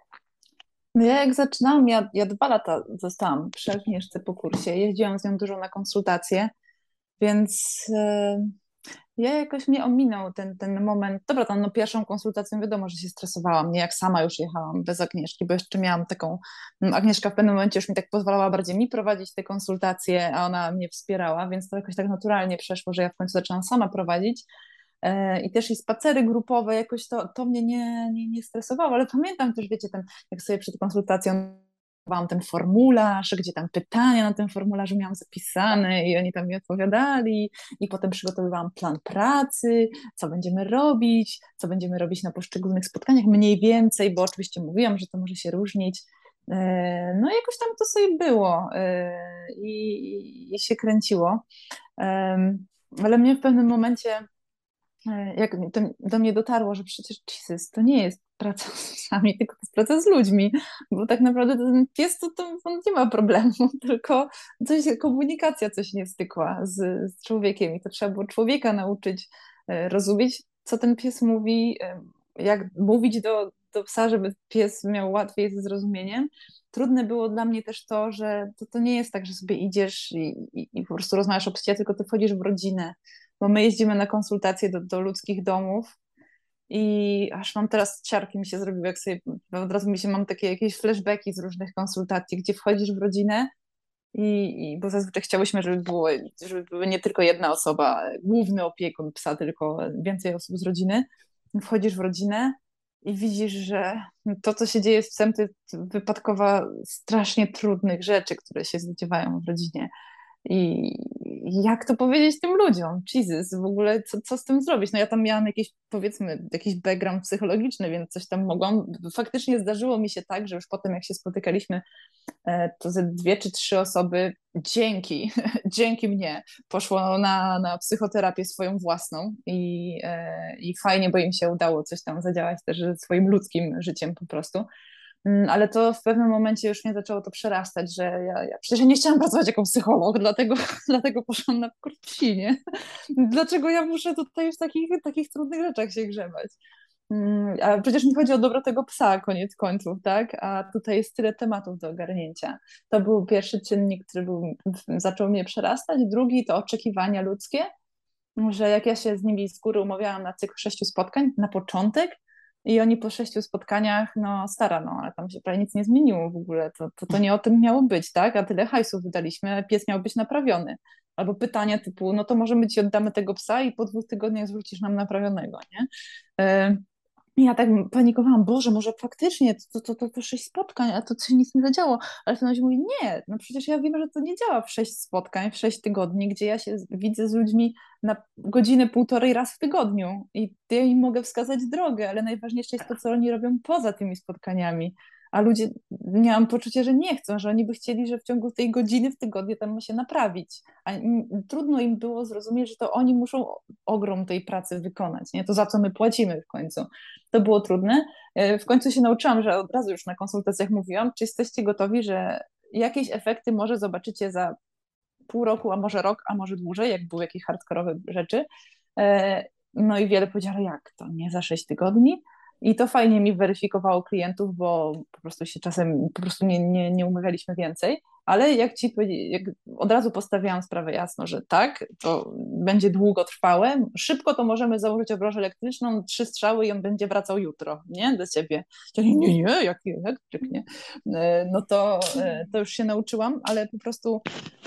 No ja jak zaczynałam, ja, ja dwa lata zostałam przy Agnieszce po kursie, jeździłam z nią dużo na konsultacje, więc e, ja jakoś mnie ominął ten, ten moment. Dobra, tam no pierwszą konsultacją wiadomo, że się stresowałam, nie jak sama już jechałam bez Agnieszki, bo jeszcze miałam taką, mm, Agnieszka w pewnym momencie już mi tak pozwalała bardziej mi prowadzić te konsultacje, a ona mnie wspierała, więc to jakoś tak naturalnie przeszło, że ja w końcu zaczęłam sama prowadzić. E, I też i spacery grupowe, jakoś to, to mnie nie, nie, nie stresowało, ale pamiętam też, wiecie, ten, jak sobie przed konsultacją mam ten formularz, gdzie tam pytania na tym formularzu miałam zapisane i oni tam mi odpowiadali i potem przygotowywałam plan pracy, co będziemy robić, co będziemy robić na poszczególnych spotkaniach, mniej więcej, bo oczywiście mówiłam, że to może się różnić. E, No i jakoś tam to sobie było e, i, i się kręciło. Em, Ale mnie w pewnym momencie e, jak to do mnie dotarło, że przecież Jesus, to nie jest praca z psami, tylko to jest praca z ludźmi, bo tak naprawdę ten pies to, to on nie ma problemu, tylko coś, komunikacja coś nie stykła z, z człowiekiem i to trzeba było człowieka nauczyć e, rozumieć, co ten pies mówi, e, jak mówić do, do psa, żeby pies miał łatwiej ze zrozumieniem. Trudne było dla mnie też to, że to, to nie jest tak, że sobie idziesz i, i, i po prostu rozmawiasz o psie, tylko ty wchodzisz w rodzinę, bo my jeździmy na konsultacje do, do ludzkich domów i aż mam teraz ciarki mi się zrobiły, jak sobie, od razu mi się mam takie jakieś flashbacki z różnych konsultacji, gdzie wchodzisz w rodzinę i, i bo zazwyczaj chciałyśmy, żeby było, żeby była nie tylko jedna osoba, główny opiekun psa, tylko więcej osób z rodziny. Wchodzisz w rodzinę i widzisz, że to, co się dzieje z psem, to jest wypadkowa strasznie trudnych rzeczy, które się zadziewają w rodzinie. I jak to powiedzieć tym ludziom? Jesus, w ogóle co, co z tym zrobić? No ja tam miałam jakieś, powiedzmy, jakiś background psychologiczny, więc coś tam mogłam. Faktycznie zdarzyło mi się tak, że już potem jak się spotykaliśmy, e, to ze dwie czy trzy osoby dzięki, dzięki mnie poszło na, na psychoterapię swoją własną i, e, i fajnie, bo im się udało coś tam zadziałać też swoim ludzkim życiem po prostu. Mm, Ale to w pewnym momencie już mnie zaczęło to przerastać, że ja, ja przecież ja nie chciałam pracować jako psycholog, dlatego, dlatego poszłam na kurs psi, nie? Dlaczego ja muszę tutaj w takich, takich trudnych rzeczach się grzebać? Mm, A przecież mi chodzi o dobro tego psa, koniec końców, tak? A tutaj jest tyle tematów do ogarnięcia. To był pierwszy czynnik, który był, zaczął mnie przerastać. Drugi to oczekiwania ludzkie, że jak ja się z nimi z góry umawiałam na cykl sześciu spotkań na początek, i oni po sześciu spotkaniach, no stara, no ale tam się prawie nic nie zmieniło w ogóle, to, to, to nie o tym miało być, tak? A tyle hajsu wydaliśmy, a pies miał być naprawiony. Albo pytania typu, no to możemy ci oddamy tego psa i po dwóch tygodniach zwrócisz nam naprawionego, nie? E, ja tak panikowałam, Boże, może faktycznie to, to, to, to sześć spotkań, a to się nic nie zadziało. Ale w pewnym momencie mówi, nie, no przecież ja wiem, że to nie działa w sześć spotkań, w sześć tygodni, gdzie ja się z- widzę z ludźmi na godzinę, półtorej raz w tygodniu i ja im mogę wskazać drogę, ale najważniejsze jest to, co oni robią poza tymi spotkaniami. A ludzie, miałam poczucie, że nie chcą, że oni by chcieli, że w ciągu tej godziny w tygodniu tam ma się naprawić. A im- trudno im było zrozumieć, że to oni muszą ogrom tej pracy wykonać, nie? To za co my płacimy w końcu. To było trudne. E, W końcu się nauczyłam, że od razu już na konsultacjach mówiłam, czy jesteście gotowi, że jakieś efekty może zobaczycie za pół roku, a może rok, a może dłużej, jak były jakieś hardkorowe rzeczy. E, No i wiele powiedziało, jak to, nie za sześć tygodni? I to fajnie mi weryfikowało klientów, bo po prostu się czasem po prostu nie, nie, nie umawialiśmy więcej. Ale jak ci powiedzi- jak od razu postawiłam sprawę jasno, że tak, to będzie długotrwałe. Szybko to możemy założyć obrożę elektryczną, trzy strzały i on będzie wracał jutro, nie? Do ciebie. Czyli nie, nie, jaki elektryk, nie? E, No to, e, to już się nauczyłam, ale po prostu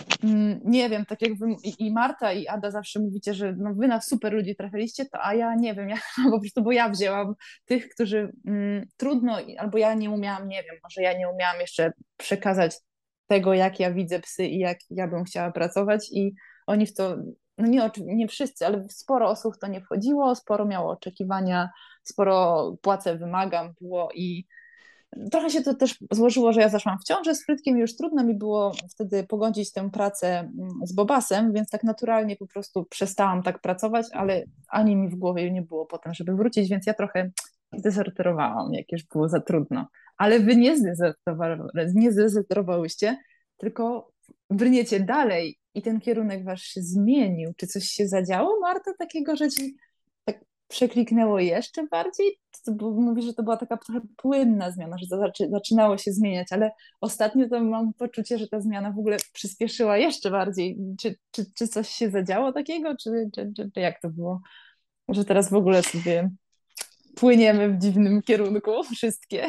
Mm, nie wiem, tak jak wy i, i Marta i Ada zawsze mówicie, że no wy na super ludzi trafiliście, to a ja nie wiem, ja po prostu, bo ja wzięłam tych, którzy mm, trudno, i- albo ja nie umiałam, nie wiem, może ja nie umiałam jeszcze przekazać tego, jak ja widzę psy i jak ja bym chciała pracować i oni w to, no nie, oczy- nie wszyscy, ale sporo osób w to nie wchodziło, sporo miało oczekiwania, sporo płacę, wymagam było i trochę się to też złożyło, że ja zaszłam w ciążę z Frytkiem i już trudno mi było wtedy pogodzić tę pracę mm, z Bobasem, więc tak naturalnie po prostu przestałam tak pracować, ale ani mi w głowie nie było potem, żeby wrócić, więc ja trochę zdezerterowałam, jak już było za trudno. Ale wy nie, zdezerterowa- nie zdezerterowałyście, tylko brniecie dalej i ten kierunek wasz się zmienił. Czy coś się zadziało, Marta, takiego, że ci tak przekliknęło jeszcze bardziej? To, bo mówisz, że to była taka trochę płynna zmiana, że to zaczy, zaczynało się zmieniać, ale ostatnio to mam poczucie, że ta zmiana w ogóle przyspieszyła jeszcze bardziej. Czy, czy, czy coś się zadziało takiego, czy, czy, czy, czy jak to było? Że teraz w ogóle sobie płyniemy w dziwnym kierunku wszystkie.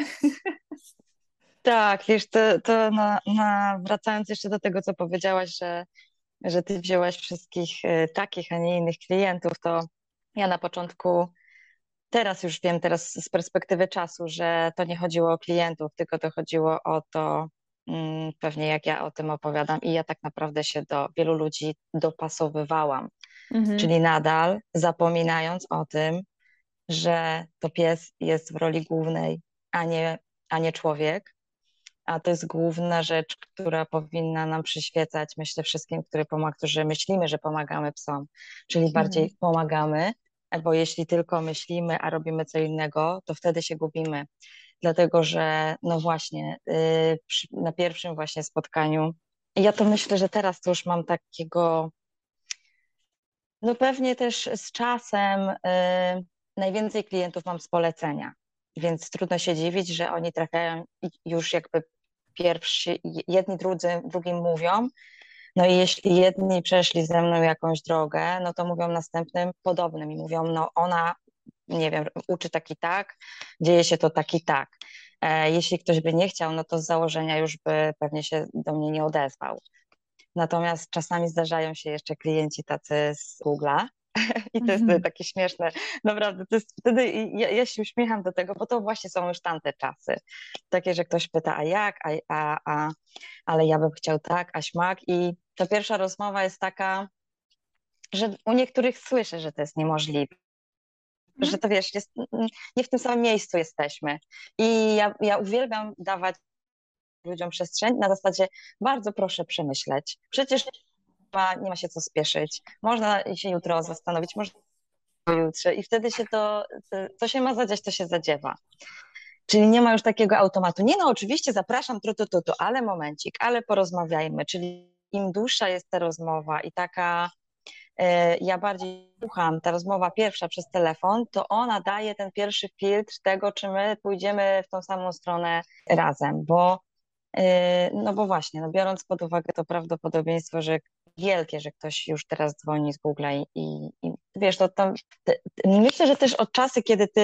Tak, wiesz, to, to na, na, wracając jeszcze do tego, co powiedziałaś, że, że ty wzięłaś wszystkich e, takich, a nie innych klientów, to ja na początku, teraz już wiem, teraz z perspektywy czasu, że to nie chodziło o klientów, tylko to chodziło o to, mm, pewnie jak ja o tym opowiadam, i ja tak naprawdę się do wielu ludzi dopasowywałam, Mhm. czyli nadal zapominając o tym, że to pies jest w roli głównej, a nie, a nie człowiek. A to jest główna rzecz, która powinna nam przyświecać, myślę, wszystkim, który pomaga, którzy myślimy, że pomagamy psom, czyli Mhm. bardziej pomagamy, bo jeśli tylko myślimy, a robimy co innego, to wtedy się gubimy. Dlatego, że no właśnie, yy, przy, na pierwszym właśnie spotkaniu, ja to myślę, że teraz to już mam takiego, no pewnie też z czasem yy, najwięcej klientów mam z polecenia, więc trudno się dziwić, że oni trafiają i już jakby pierwsi, jedni drudzy drugim mówią, no i jeśli jedni przeszli ze mną jakąś drogę, no to mówią następnym podobnym i mówią, no ona, nie wiem, uczy tak i tak, dzieje się to tak i tak. E, jeśli ktoś by nie chciał, no to z założenia już by pewnie się do mnie nie odezwał. Natomiast czasami zdarzają się jeszcze klienci tacy z Google'a i to jest Mhm. takie śmieszne. Naprawdę, to jest wtedy i ja, ja się uśmiecham do tego, bo to właśnie są już tamte czasy. Takie, że ktoś pyta, a jak, a, a, a ale ja bym chciał tak, a śmak. I ta pierwsza rozmowa jest taka, że u niektórych słyszę, że to jest niemożliwe, że Mhm. to wiesz, jest, nie w tym samym miejscu jesteśmy. I ja, ja uwielbiam dawać ludziom przestrzeń na zasadzie, bardzo proszę przemyśleć. Przecież nie ma, nie ma się co spieszyć. Można się jutro zastanowić, można pojutrze i wtedy się to, to, co się ma zadziać, to się zadziewa. Czyli nie ma już takiego automatu. Nie no, oczywiście zapraszam, tu, tu, tu, tu, ale momencik, ale porozmawiajmy. Czyli im dłuższa jest ta rozmowa i taka, e, ja bardziej słucham, ta rozmowa pierwsza przez telefon, to ona daje ten pierwszy filtr tego, czy my pójdziemy w tą samą stronę razem, bo e, no bo właśnie, no biorąc pod uwagę to prawdopodobieństwo, że wielkie, że ktoś już teraz dzwoni z Google'a i, i, i wiesz, to tam, te, te, myślę, że też od czasu, kiedy ty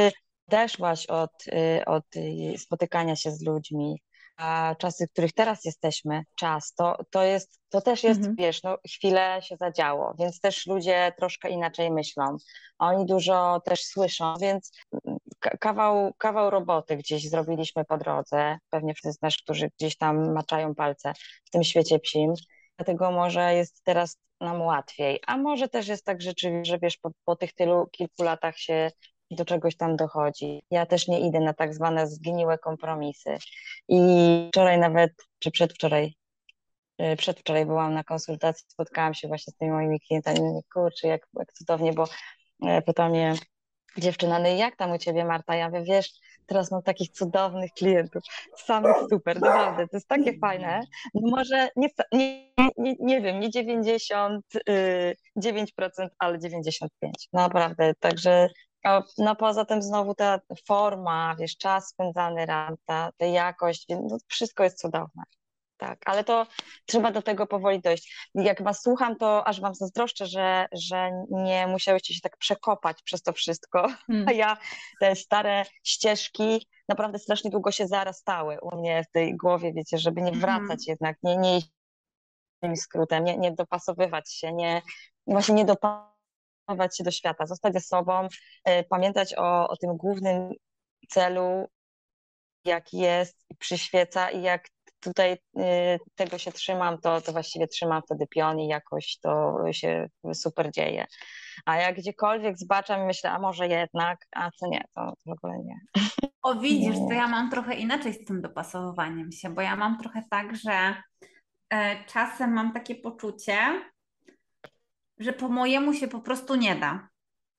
odeszłaś od, y, od y, spotykania się z ludźmi, a czasy, w których teraz jesteśmy, czas, to, to jest, to też jest, Mhm. wiesz, no chwilę się zadziało, więc też ludzie troszkę inaczej myślą. Oni dużo też słyszą, więc ka- kawał, kawał roboty gdzieś zrobiliśmy po drodze. Pewnie wszyscy też, którzy gdzieś tam maczają palce w tym świecie psim. Dlatego może jest teraz nam łatwiej. A może też jest tak rzeczywiście, że wiesz, po, po tych tylu kilku latach się do czegoś tam dochodzi. Ja też nie idę na tak zwane zgniłe kompromisy. I wczoraj nawet, czy przedwczoraj, y, przedwczoraj byłam na konsultacji, spotkałam się właśnie z tymi moimi klientami. Mówię, kurczę, jak, jak cudownie, bo e, pyta mnie dziewczyna, no i jak tam u ciebie, Marta? Ja mówię, wiesz, teraz mam takich cudownych klientów, samych super, naprawdę, to jest takie fajne. No może nie, nie, nie, nie wiem, nie dziewięćdziesiąt dziewięć procent, ale dziewięćdziesiąt pięć procent. Naprawdę, także o, no poza tym znowu ta forma, wiesz, czas spędzany razem, ta, ta jakość, no, wszystko jest cudowne. Tak, ale to trzeba do tego powoli dojść. Jak was słucham, to aż wam zazdroszczę, że, że nie musiałyście się tak przekopać przez to wszystko. A Mm. ja te stare ścieżki naprawdę strasznie długo się zarastały u mnie w tej głowie, wiecie, żeby nie Mhm. wracać jednak, nie, nie iść tym skrótem, nie, nie dopasowywać się, nie, właśnie nie dopasowywać się do świata, zostać ze sobą, y, pamiętać o, o tym głównym celu, jaki jest, i przyświeca i jak tutaj y, tego się trzymam, to, to właściwie trzymam wtedy pion i jakoś to się super dzieje. A jak gdziekolwiek zbaczam i myślę, a może jednak, a co nie, to, to w ogóle nie. O, Nie, widzisz, to nie. ja mam trochę inaczej z tym dopasowywaniem się, bo ja mam trochę tak, że e, czasem mam takie poczucie, że po mojemu się po prostu nie da.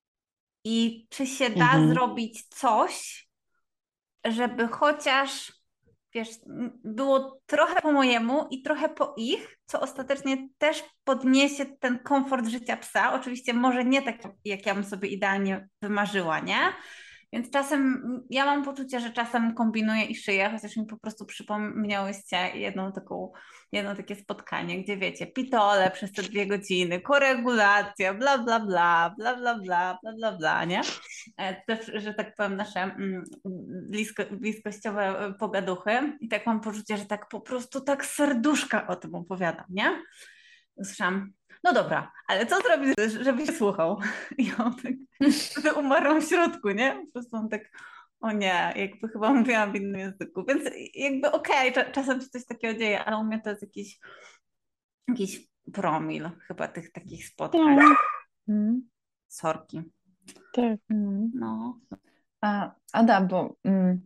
I czy się da Mhm, zrobić coś, żeby chociaż, wiesz, m, było trochę po mojemu i trochę po ich, co ostatecznie też podniesie ten komfort życia psa. Oczywiście może nie tak, jak ja bym sobie idealnie wymarzyła, nie? Więc czasem mm, ja mam poczucie, że czasem kombinuję i szyję, chociaż mi po prostu przypomniałyście jedną taką, jedno takie spotkanie, gdzie wiecie, pitole przez te dwie godziny, koregulacja, bla, bla, bla, bla, bla, bla, bla, bla, bla, nie? E, Też, że tak powiem, nasze mm, blisko, bliskościowe e, pogaduchy i tak mam poczucie, że tak po prostu tak serduszka o tym opowiadam, nie? Usłyszałam, no dobra, ale co zrobić, żeby się słuchał? I on tak wtedy umarłam w środku, nie? Po prostu on tak, o nie, jakby chyba mówiłam w innym języku, więc jakby okej, cza- czasem się coś takiego dzieje, ale u mnie to jest jakiś, jakiś promil chyba tych takich spotkań. no, Mm. Sorki. tak. Mm. No. A Ada, bo mm,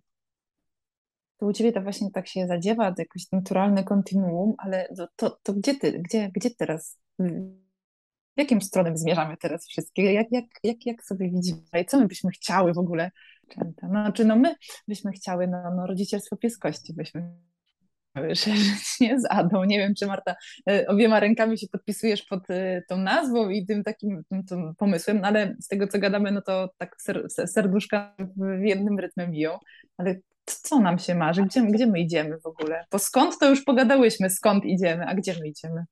to u ciebie to właśnie tak się zadziewa, to jakoś naturalne kontinuum, ale to, to, to gdzie ty, gdzie, gdzie teraz, w jakim stronę zmierzamy teraz wszystkie? Jak, jak, jak, jak sobie widzimy? I co my byśmy chciały w ogóle? Częta? No, znaczy, no my byśmy chciały, no, no rodzicielstwo pieskości byśmy chciały szerzyć, nie? Z Adą. Nie wiem, czy Marta e, obiema rękami się podpisujesz pod e, tą nazwą i tym takim tym, tym pomysłem, no, ale z tego, co gadamy, no to tak ser, ser- serduszka w jednym rytmie biją. Ale co nam się marzy? Gdzie, gdzie my idziemy w ogóle? Bo skąd to już pogadałyśmy, skąd idziemy, a gdzie my idziemy?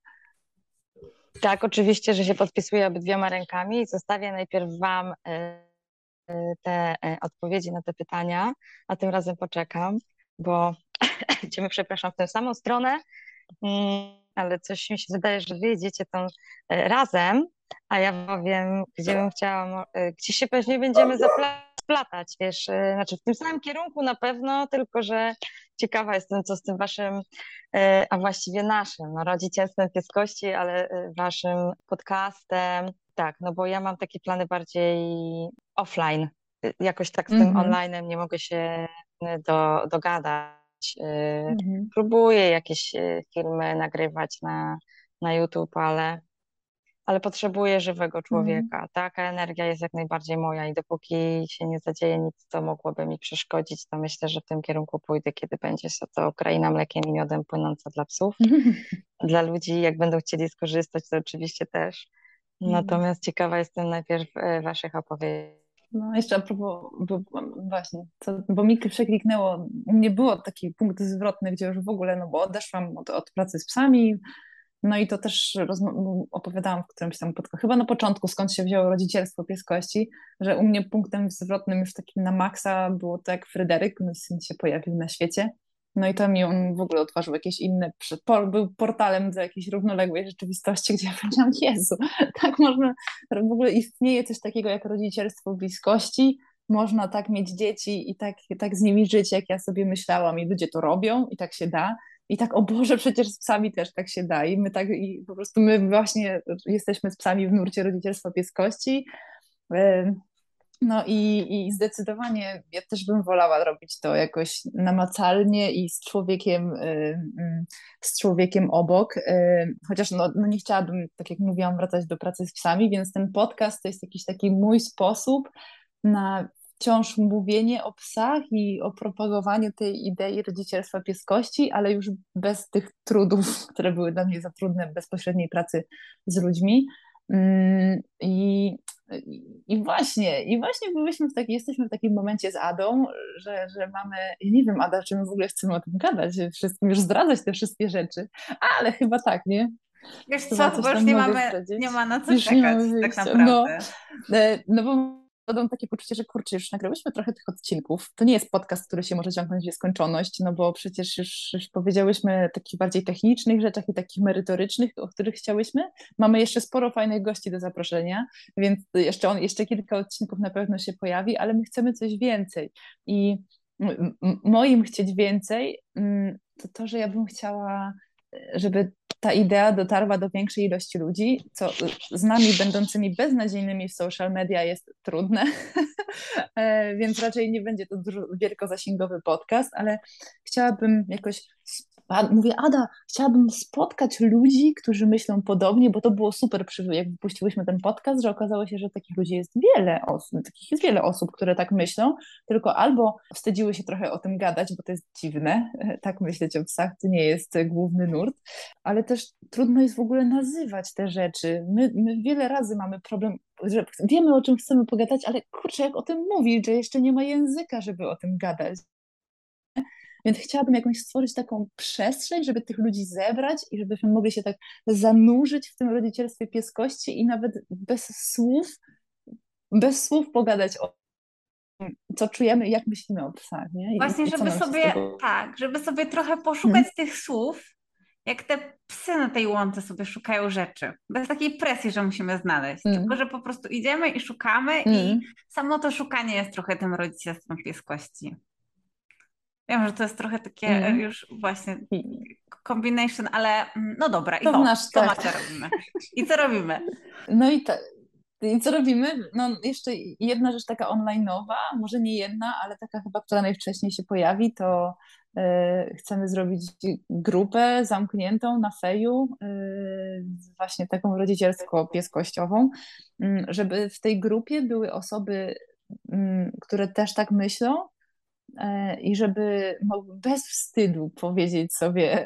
Tak, oczywiście, że się podpisuję obydwiema rękami i zostawię najpierw wam y, te y, odpowiedzi na te pytania, a tym razem poczekam, bo idziemy, przepraszam, w tę samą stronę, mm, ale coś mi się wydaje, że wy jedziecie tam y, razem, a ja powiem, gdzie bym chciała, mo- y, gdzie się pewnie będziemy zaplatać, wiesz, y, znaczy w tym samym kierunku na pewno, tylko że ciekawa jestem, co z tym waszym, y, a właściwie naszym, no, rodzicielstwem pieskości, ale y, waszym podcastem, tak, no bo ja mam takie plany bardziej offline, y, jakoś tak z tym Mhm. onlinem nie mogę się y, do, dogadać. Y, Mhm. Próbuję jakieś y, filmy nagrywać na, na YouTube, ale, ale potrzebuję żywego Mhm. człowieka. Taka energia jest jak najbardziej moja i dopóki się nie zadzieje nic, co mogłoby mi przeszkodzić, to myślę, że w tym kierunku pójdę, kiedy będzie to kraina mlekiem i miodem płynąca dla psów. Dla ludzi, jak będą chcieli skorzystać, to oczywiście też. Mhm. Natomiast ciekawa jestem najpierw e, waszych opowieści. No, jeszcze a propos, bo, właśnie, co, bo mi przekliknęło, u mnie było taki punkt zwrotny, gdzie już w ogóle, no bo odeszłam od, od pracy z psami, No i to też rozmo- opowiadałam w którymś tam podcaście, chyba na początku, skąd się wzięło rodzicielstwo pieskości, że u mnie punktem zwrotnym już takim na maksa było to, jak Fryderyk, mój syn, się pojawił na świecie. No i to mi on w ogóle otworzył jakieś inne, prze- por- był portalem do jakiejś równoległej rzeczywistości, gdzie ja powiedziałam, Jezu, tak można, w ogóle istnieje coś takiego jak rodzicielstwo bliskości, można tak mieć dzieci i tak, tak z nimi żyć, jak ja sobie myślałam i ludzie to robią i tak się da. I tak, o Boże, przecież z psami też tak się da. I my tak, i po prostu my właśnie jesteśmy z psami w nurcie rodzicielstwa pieskości. Ym, No i, i zdecydowanie ja też bym wolała robić to jakoś namacalnie i z człowiekiem, ym, ym, z człowiekiem obok. Ym, Chociaż no, no nie chciałabym, tak jak mówiłam, wracać do pracy z psami, więc ten podcast to jest jakiś taki mój sposób na wciąż mówienie o psach i o propagowaniu tej idei rodzicielstwa pieskości, ale już bez tych trudów, które były dla mnie za trudne w bezpośredniej pracy z ludźmi. Mm, I, i właśnie, i właśnie byliśmy w taki, jesteśmy w takim momencie z Adą, że, że mamy, ja nie wiem, Ada, czy my w ogóle chcemy o tym gadać, wszystkim już zdradzać te wszystkie rzeczy, ale chyba tak, nie? Wiesz Chyba co, coś chyba już tam nie mogę mamy, zdradzić. nie ma na co Już nie czekać mamy tak wyjścia. No, naprawdę. e, no bo mam takie poczucie, że kurczę, już nagrałyśmy trochę tych odcinków. To nie jest podcast, który się może ciągnąć w nieskończoność, no bo przecież już, już powiedziałyśmy o takich bardziej technicznych rzeczach i takich merytorycznych, o których chciałyśmy. Mamy jeszcze sporo fajnych gości do zaproszenia, więc jeszcze, on, jeszcze kilka odcinków na pewno się pojawi, ale my chcemy coś więcej. I m- m- moim chcieć więcej mm, to to, że ja bym chciała, żeby ta idea dotarła do większej ilości ludzi, co z nami będącymi beznadziejnymi w social media jest trudne, E, więc raczej nie będzie to dużo, wielkozasięgowy podcast, ale chciałabym jakoś, a, mówię, Ada, chciałabym spotkać ludzi, którzy myślą podobnie, bo to było super, przy, jak wypuściłyśmy ten podcast, że okazało się, że takich ludzi jest wiele osób, takich jest wiele osób, które tak myślą, tylko albo wstydziły się trochę o tym gadać, bo to jest dziwne, tak myśleć o psach, to nie jest główny nurt, ale też trudno jest w ogóle nazywać te rzeczy. My, my wiele razy mamy problem, że wiemy, o czym chcemy pogadać, ale kurczę, jak o tym mówić, że jeszcze nie ma języka, żeby o tym gadać. Więc chciałabym jakąś stworzyć taką przestrzeń, żeby tych ludzi zebrać i żebyśmy mogli się tak zanurzyć w tym rodzicielstwie pieskości i nawet bez słów, bez słów pogadać o tym, co czujemy, jak myślimy o psach, nie? I, Właśnie, i co żeby nam się z sobie, tego... tak, żeby sobie trochę poszukać Hmm? tych słów, jak te psy na tej łące sobie szukają rzeczy. Bez takiej presji, że musimy znaleźć. Tylko, Hmm. że po prostu idziemy i szukamy i Hmm. samo to szukanie jest trochę tym rodzicielstwem pieskości. Wiem, że to jest trochę takie e, Hmm. już właśnie I combination, ale mm, no dobra, i to w to, nasz, to tak. Macia robimy. I co robimy? No i, te, i co robimy? No jeszcze jedna rzecz taka online'owa, może nie jedna, ale taka chyba, która najwcześniej się pojawi, to e, chcemy zrobić grupę zamkniętą na feju, e, właśnie taką rodzicielsko-pieskościową, m, żeby w tej grupie były osoby, m, które też tak myślą, e, i żeby mogły bez wstydu powiedzieć sobie,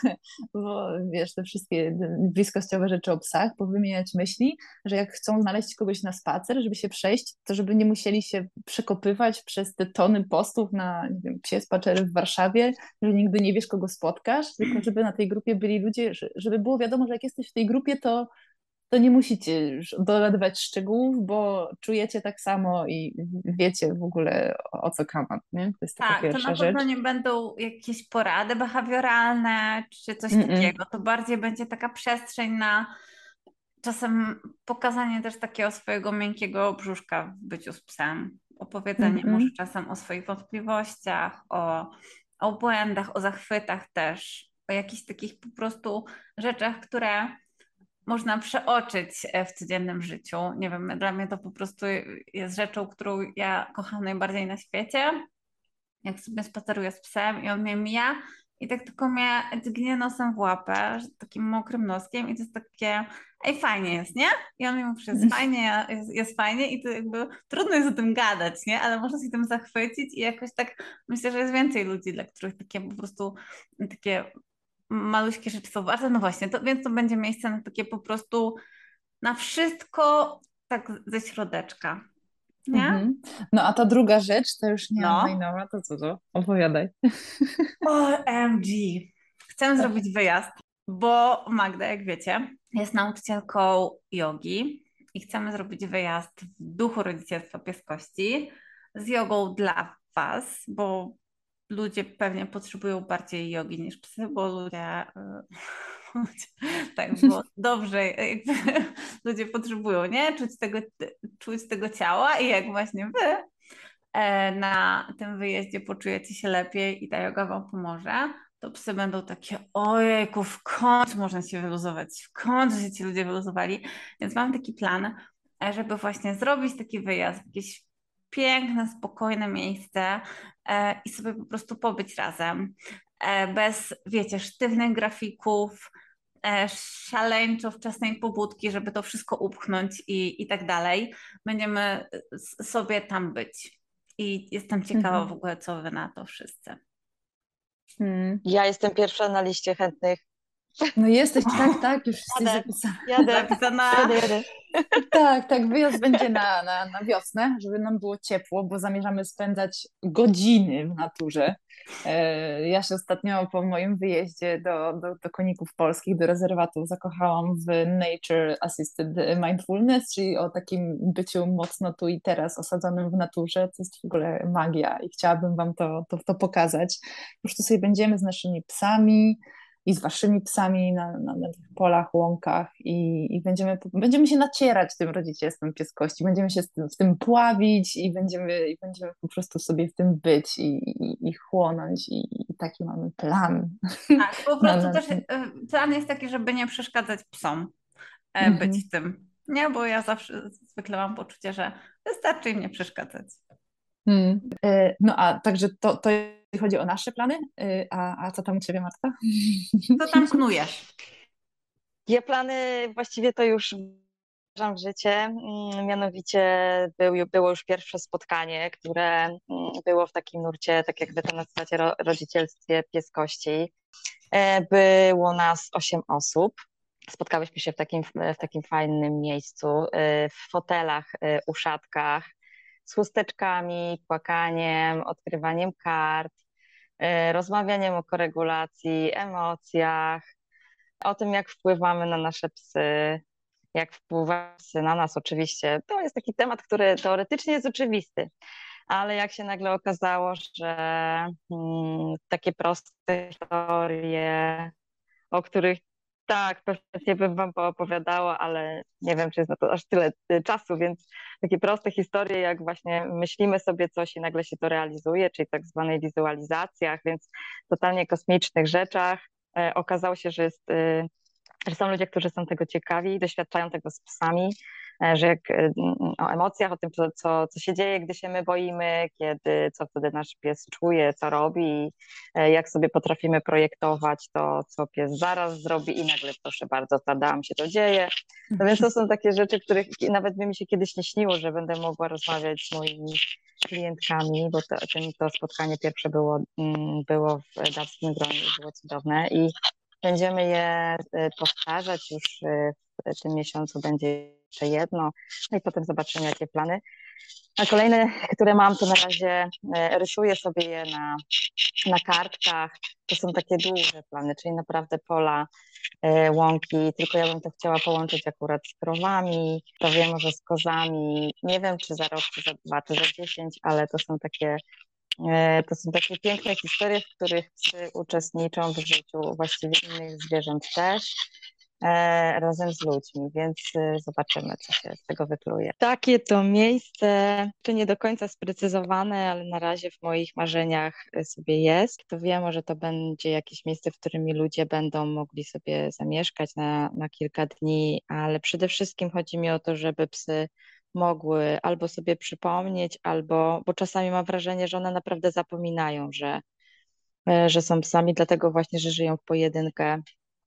bo wiesz, te wszystkie bliskościowe rzeczy o psach, powymieniać myśli, że jak chcą znaleźć kogoś na spacer, żeby się przejść, to żeby nie musieli się przekopywać przez te tony postów na, nie wiem, psie spacery w Warszawie, że nigdy nie wiesz, kogo spotkasz, tylko żeby na tej grupie byli ludzie, że- żeby było wiadomo, że jak jesteś w tej grupie, to to nie musicie już dodawać szczegółów, bo czujecie tak samo i wiecie w ogóle o, o co kaman, nie? To jest taka Tak, to na pierwsza pewno rzecz. nie będą jakieś porady behawioralne czy coś Mm-mm. takiego. To bardziej będzie taka przestrzeń na czasem pokazanie też takiego swojego miękkiego brzuszka w byciu z psem. Opowiedzenie może Mm-mm. czasem o swoich wątpliwościach, o, o błędach, o zachwytach też, o jakichś takich po prostu rzeczach, które można przeoczyć e, w codziennym życiu. Nie wiem, dla mnie to po prostu jest rzeczą, którą ja kocham najbardziej na świecie. Jak sobie spaceruję z psem i on mnie mija i tak tylko mnie dźgnie nosem w łapę, że takim mokrym noskiem i to jest takie, ej, fajnie jest, nie? I on mi mówi, że jest fajnie, jest, jest fajnie i to jakby trudno jest o tym gadać, nie? Ale można się tym zachwycić i jakoś tak myślę, że jest więcej ludzi, dla których takie po prostu takie maluśkie rzeczy są warte. No właśnie, to, więc to będzie miejsce na takie po prostu na wszystko tak ze środeczka, nie? Mhm. No a ta druga rzecz, to już nie No. online'owa, to co to? Opowiadaj. O M G. Chcę zrobić wyjazd. bo Magda, jak wiecie, jest nauczycielką jogi i chcemy zrobić wyjazd w duchu rodzicielstwa pieskości z jogą dla Was, bo ludzie pewnie potrzebują bardziej jogi niż psy, bo ludzie, y, tak, bo dobrze, jakby ludzie potrzebują, nie? Czuć tego, czuć tego ciała i jak właśnie Wy e, na tym wyjeździe poczujecie się lepiej i ta joga Wam pomoże, to psy będą takie, ojejku, w końcu można się wyluzować, w końcu się ci ludzie wyluzowali. Więc mam taki plan, e, żeby właśnie zrobić taki wyjazd w jakieś piękne, spokojne miejsce e, i sobie po prostu pobyć razem. E, bez, wiecie, sztywnych grafików, e, szaleńczo wczesnej pobudki, żeby to wszystko upchnąć i, i tak dalej. Będziemy s- sobie tam być. I jestem ciekawa w Mhm. ogóle, co wy na to wszyscy. Mm. Ja jestem pierwsza na liście chętnych. No jesteś, tak, tak, już jesteś Jadę, zapisana. jadę, Zapisana. jadę, jadę. Tak, tak, wyjazd będzie na, na, na wiosnę, żeby nam było ciepło, bo zamierzamy spędzać godziny w naturze. E, Ja się ostatnio po moim wyjeździe do, do, do koników polskich, do rezerwatów zakochałam w Nature Assisted Mindfulness, czyli o takim byciu mocno tu i teraz osadzonym w naturze. To jest w ogóle magia i chciałabym wam to, to, to pokazać. Już tu sobie będziemy z naszymi psami i z waszymi psami na, na, na tych polach, łąkach i, i będziemy, będziemy się nacierać tym rodzicielstwem pieskości, będziemy się z tym, w tym pławić i będziemy, i będziemy po prostu sobie w tym być i, i, i chłonąć i, i taki mamy plan. Tak, po Na, prostu na, też e, plan jest taki, żeby nie przeszkadzać psom e, być mhm. w tym. Nie, bo ja zawsze zwykle mam poczucie, że wystarczy im nie przeszkadzać. Mm. E, No a także to, to jeśli chodzi o nasze plany, e, a, a co tam u ciebie, Marta? Co tam knujesz? Ja plany właściwie to już wdrażam w życie. Mm, Mianowicie był, było już pierwsze spotkanie, które mm, było w takim nurcie, tak jak wy to nazywacie, ro, rodzicielstwie pieskości. E, Było nas osiem osób. Spotkałyśmy się w takim, w takim fajnym miejscu, e, w fotelach, e, uszatkach, z chusteczkami, płakaniem, odkrywaniem kart, e, rozmawianiem o koregulacji, emocjach, o tym, jak wpływamy na nasze psy, jak wpływają psy na nas oczywiście. To jest taki temat, który teoretycznie jest oczywisty, ale jak się nagle okazało, że mm, takie proste historie, o których tak, pewnie bym wam poopowiadała, ale nie wiem, czy jest na to aż tyle y, czasu, więc takie proste historie, jak właśnie myślimy sobie coś i nagle się to realizuje, czyli tak zwanej wizualizacjach, więc totalnie kosmicznych rzeczach. E, Okazało się, że jest y, że są ludzie, którzy są tego ciekawi i doświadczają tego z psami, e, że jak e, o emocjach, o tym, co, co, co się dzieje, gdy się my boimy, kiedy, co wtedy nasz pies czuje, co robi, e, jak sobie potrafimy projektować to, co pies zaraz zrobi i nagle, proszę bardzo, tadam, się to dzieje. No więc to są takie rzeczy, których nawet by mi się kiedyś nie śniło, że będę mogła rozmawiać z moimi klientkami, bo to, ten, to spotkanie pierwsze było, mm, było w damskim gronie i było cudowne i będziemy je y, powtarzać już y, w tym miesiącu będzie jeszcze jedno, no i potem zobaczymy, jakie plany. A kolejne, które mam, to na razie y, rysuję sobie je na, na kartkach. To są takie duże plany, czyli naprawdę pola, y, łąki, tylko ja bym to chciała połączyć akurat z krowami, to wiem, może z kozami. Nie wiem, czy za rok, czy za dwa, czy za dziesięć, ale to są takie E, To są takie piękne historie, w których psy uczestniczą w życiu właściwie innych zwierząt też, e, razem z ludźmi, więc e, zobaczymy, co się z tego wykluje. Takie to miejsce, to nie do końca sprecyzowane, ale na razie w moich marzeniach e, sobie jest. To wiem, że to będzie jakieś miejsce, w którym ludzie będą mogli sobie zamieszkać na, na kilka dni, ale przede wszystkim chodzi mi o to, żeby psy mogły albo sobie przypomnieć, albo, bo czasami mam wrażenie, że one naprawdę zapominają, że, e, że są psami, dlatego właśnie, że żyją w pojedynkę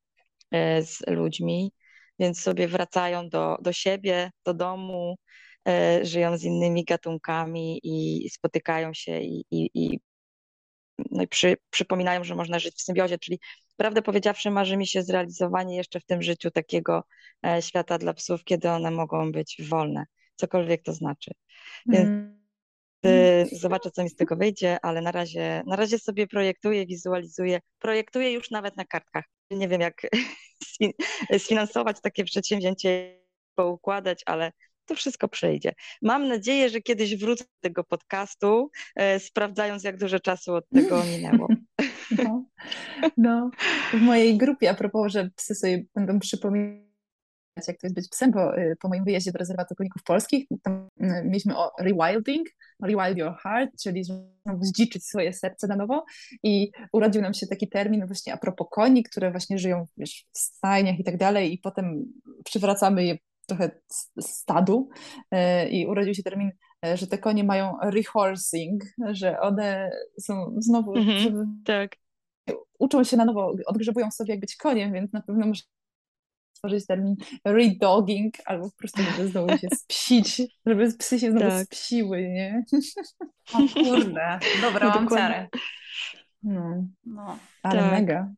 e, z ludźmi, więc sobie wracają do, do siebie, do domu, e, żyją z innymi gatunkami i spotykają się i, i, i, no i przy, przypominają, że można żyć w symbiozie, czyli prawdę powiedziawszy, marzy mi się zrealizowanie jeszcze w tym życiu takiego e, świata dla psów, kiedy one mogą być wolne, cokolwiek to znaczy. Więc Mm. Y, Zobaczę, co mi z tego wyjdzie, ale na razie, na razie sobie projektuję, wizualizuję. Projektuję już nawet na kartkach. Nie wiem, jak sfin- sfinansować takie przedsięwzięcie, poukładać, ale to wszystko przejdzie. Mam nadzieję, że kiedyś wrócę do tego podcastu, e, sprawdzając, jak dużo czasu od tego minęło. No, no, w mojej grupie, a propos, że psy sobie będą przypominać, jak to jest być psem, bo y, po moim wyjeździe do rezerwatu koników polskich, tam y, mieliśmy o rewilding, rewild your heart, czyli znowu zdziczyć swoje serce na nowo i urodził nam się taki termin właśnie a propos koni, które właśnie żyją, wiesz, w stajniach i tak dalej i potem przywracamy je trochę s- stadu y, i urodził się termin, y, że te konie mają rehorsing, że one są znowu, Mhm, żeby tak, uczą się na nowo, odgrzewują sobie jak być koniem, więc na pewno muszę stworzyć termin redogging, albo po prostu, żeby znowu się spsić, żeby psy się znowu tak. spsiły, nie? O kurde, dobra, No mam dokładnie. ciarę. No, No. ale Tak, mega.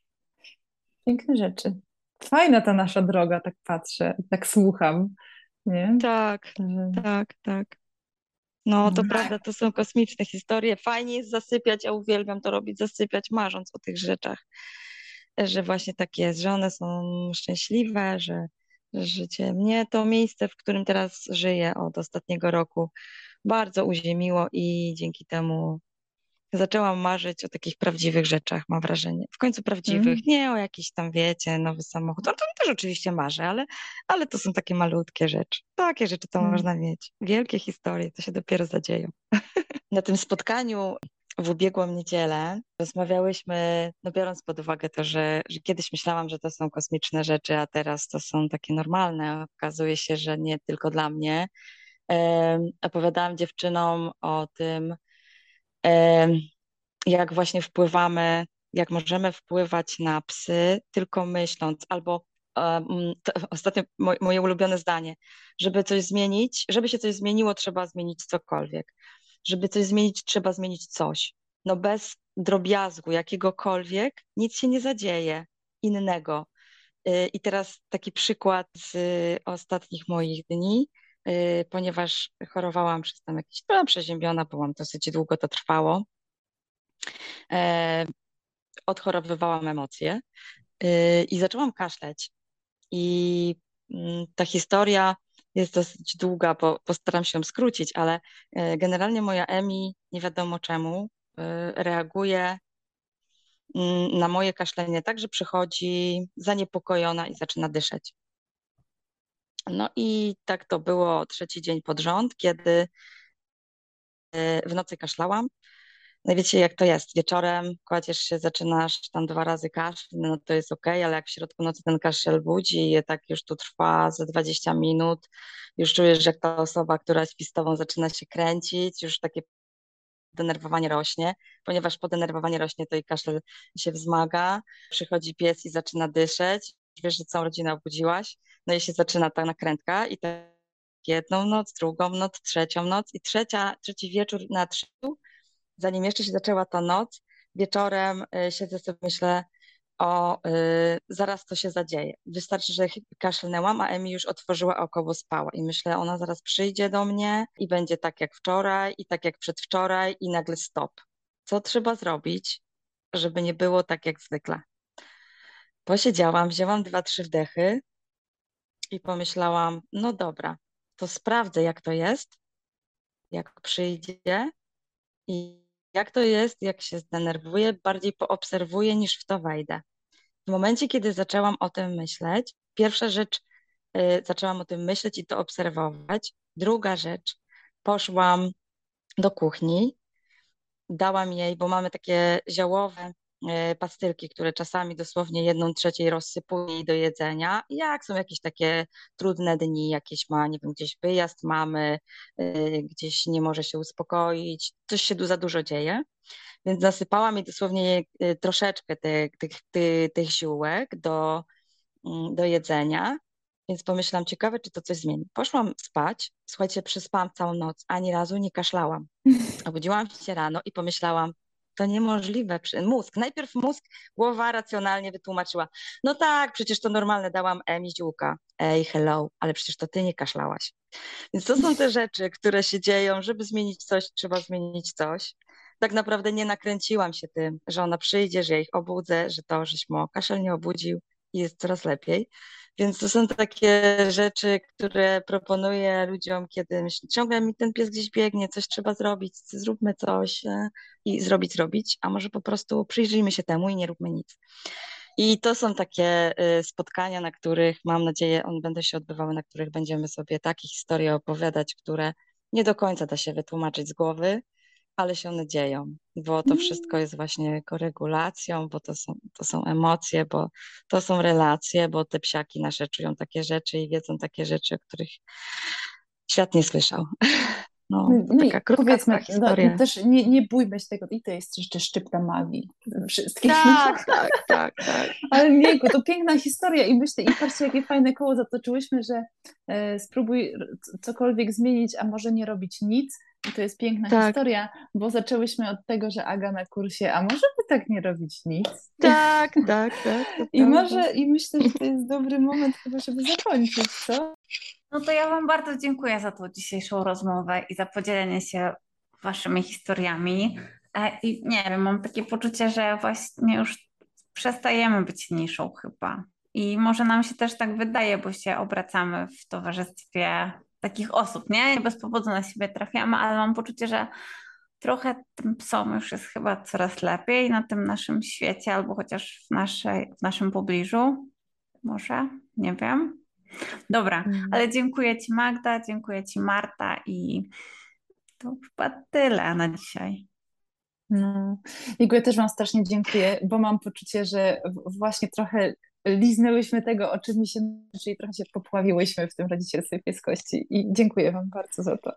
Piękne rzeczy. Fajna ta nasza droga, tak patrzę, tak słucham, nie? tak, Że, tak, tak. No to no. prawda, to są kosmiczne historie. Fajnie jest zasypiać, a uwielbiam to robić, zasypiać, marząc o tych rzeczach, że właśnie tak jest, że one są szczęśliwe, że, że życie mnie, to miejsce, w którym teraz żyję od ostatniego roku, bardzo uziemiło i dzięki temu zaczęłam marzyć o takich prawdziwych rzeczach, mam wrażenie. W końcu prawdziwych, Mm, nie o jakiś tam, wiecie, nowy samochód. No to też oczywiście marzę, ale, ale to są takie malutkie rzeczy. Takie rzeczy to mm, można mieć. Wielkie historie to się dopiero zadzieją. Na tym spotkaniu w ubiegłą niedzielę rozmawiałyśmy, no biorąc pod uwagę to, że, że kiedyś myślałam, że to są kosmiczne rzeczy, a teraz to są takie normalne. Okazuje się, że nie tylko dla mnie. Em, opowiadałam dziewczynom o tym, em, jak właśnie wpływamy, jak możemy wpływać na psy tylko myśląc, albo um, to, ostatnio mo, moje ulubione zdanie, żeby coś zmienić, żeby się coś zmieniło, trzeba zmienić cokolwiek. Żeby coś zmienić, trzeba zmienić coś. No bez drobiazgu jakiegokolwiek nic się nie zadzieje innego. Y, I teraz taki przykład z ostatnich moich dni, y, ponieważ chorowałam przez tam jakieś, byłam przeziębiona, byłam dosyć długo to trwało. E, Odchorowywałam emocje y, i zaczęłam kaszleć. I mm, ta historia jest dosyć długa, bo postaram się ją skrócić, ale y, generalnie moja Emi, nie wiadomo czemu, y, reaguje mm, na moje kaszlenie tak, że przychodzi zaniepokojona i zaczyna dyszeć. No i tak to było trzeci dzień pod rząd, kiedy y, w nocy kaszlałam. No i wiecie, jak to jest. Wieczorem kładziesz się, zaczynasz tam dwa razy kaszel, no to jest okej, ale jak w środku nocy ten kaszel budzi i tak już tu trwa ze dwadzieścia minut, już czujesz, że jak ta osoba, która śpi z tobą, zaczyna się kręcić, już takie denerwowanie rośnie, ponieważ podenerwowanie rośnie, to i kaszel się wzmaga, przychodzi pies i zaczyna dyszeć, wiesz, że całą rodzinę obudziłaś, no i się zaczyna ta nakrętka i tak jedną noc, drugą noc, trzecią noc i trzecia, trzeci wieczór nadszedł, zanim jeszcze się zaczęła ta noc, wieczorem y, siedzę sobie, myślę, o, y, zaraz to się zadzieje. Wystarczy, że ch- kaszlnęłam, a Emi już otworzyła oko, bo spała. I myślę, ona zaraz przyjdzie do mnie i będzie tak jak wczoraj i tak jak przedwczoraj i nagle stop. Co trzeba zrobić, żeby nie było tak jak zwykle? Posiedziałam, wzięłam dwa, trzy wdechy i pomyślałam, no dobra, to sprawdzę jak to jest, jak przyjdzie i jak to jest, jak się zdenerwuję, bardziej poobserwuję niż w to wejdę. W momencie, kiedy zaczęłam o tym myśleć, pierwsza rzecz, y, zaczęłam o tym myśleć i to obserwować. Druga rzecz, poszłam do kuchni, dałam jej, bo mamy takie ziołowe y, pastylki, które czasami dosłownie jedną trzeciej rozsypuję jej do jedzenia. Jak są jakieś takie trudne dni, jakieś ma, nie wiem, gdzieś wyjazd mamy, y, gdzieś nie może się uspokoić, coś się tu za dużo dzieje. Więc nasypałam jej dosłownie y, troszeczkę tych, tych, tych, tych ziółek do, mm, do jedzenia, więc pomyślałam, ciekawe, czy to coś zmieni. Poszłam spać, słuchajcie, przespałam całą noc, ani razu nie kaszlałam. Obudziłam się rano i pomyślałam, to niemożliwe. Mózg, najpierw mózg, głowa racjonalnie wytłumaczyła. No tak, przecież to normalne, dałam Emi ziółka. Ej, hello, ale przecież to ty nie kaszlałaś. Więc to są te rzeczy, które się dzieją. Żeby zmienić coś, trzeba zmienić coś. Tak naprawdę nie nakręciłam się tym, że ona przyjdzie, że ja ich obudzę, że to, żeśmy kaszel nie obudził i jest coraz lepiej. Więc to są takie rzeczy, które proponuję ludziom, kiedy myślę, ciągle mi ten pies gdzieś biegnie, coś trzeba zrobić, zróbmy coś e, i zrobić, zrobić, a może po prostu przyjrzyjmy się temu i nie róbmy nic. I to są takie e, spotkania, na których mam nadzieję, one będą się odbywały, na których będziemy sobie takie historie opowiadać, które nie do końca da się wytłumaczyć z głowy, ale się one dzieją, bo to wszystko jest właśnie koregulacją, bo to są, to są emocje, bo to są relacje, bo te psiaki nasze czują takie rzeczy i wiedzą takie rzeczy, o których świat nie słyszał. No, to no taka i krótka powiedzmy, historia. No, też nie, nie bójmy się tego, i to jest jeszcze szczypta magii wszystkich. Tak, tak, tak, tak. Ale Miejku, to piękna historia i myślę, i patrzcie, jakie fajne koło zatoczyłyśmy, że e, spróbuj cokolwiek zmienić, a może nie robić nic. I to jest piękna Tak. historia, bo zaczęłyśmy od tego, że Aga na kursie, a może by tak nie robić nic. Tak, tak, tak. I może, i myślę, że to jest dobry moment chyba, żeby zakończyć, co? No to ja Wam bardzo dziękuję za tą dzisiejszą rozmowę i za podzielenie się Waszymi historiami. E, I nie wiem, mam takie poczucie, że właśnie już przestajemy być niszą chyba. I może nam się też tak wydaje, bo się obracamy w towarzystwie takich osób, nie? I bez powodu na siebie trafiamy, ale mam poczucie, że trochę tym psom już jest chyba coraz lepiej na tym naszym świecie, albo chociaż w, naszej, w naszym pobliżu. Może? Nie wiem. Dobra, Mm. ale dziękuję Ci Magda, dziękuję Ci Marta i to chyba tyle na dzisiaj. No. Igor, też Wam strasznie dziękuję, bo mam poczucie, że właśnie trochę liznęłyśmy tego, o czym mi się, czyli trochę się popławiłyśmy w tym rodzicielstwie pieskości i dziękuję Wam bardzo za to.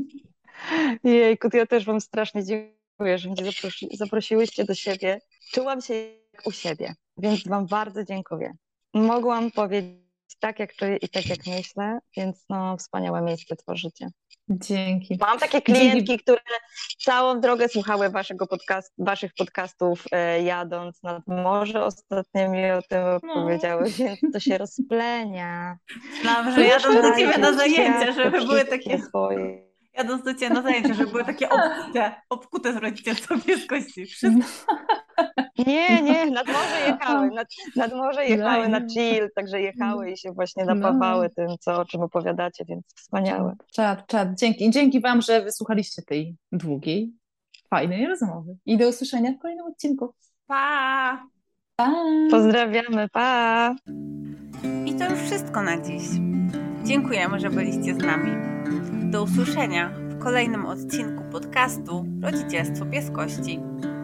Jejku, ja też Wam strasznie dziękuję, że mnie zaprosi, zaprosiłyście do siebie. Czułam się jak u siebie, więc Wam bardzo dziękuję. Mogłam powiedzieć tak, jak czuję i tak, jak myślę, więc no wspaniałe miejsce tworzycie. Dzięki. Mam takie klientki, Dzięki. które całą drogę słuchały waszego podcast, waszych podcastów e, jadąc nad morze. Ostatnio mi o tym opowiedziały, no. Więc to się rozplenia. Myślałam, że jadąc do Ciebie na zajęcia, żeby były takie... Swoje. Jadąc do Ciebie na zajęcia, żeby były takie obkute, obkute z rodzicielstwa pieskości. Wszystko. Nie, nie, nad morze jechały, nad, nad morze jechały na chill, także jechały i się właśnie napawały tym, co, o czym opowiadacie, więc wspaniałe. Czad, czad, dzięki. Dzięki Wam, że wysłuchaliście tej długiej, fajnej rozmowy. I do usłyszenia w kolejnym odcinku. Pa! Pa! Pozdrawiamy, pa! I to już wszystko na dziś. Dziękujemy, że byliście z nami. Do usłyszenia w kolejnym odcinku podcastu Rodzicielstwo Pieskości.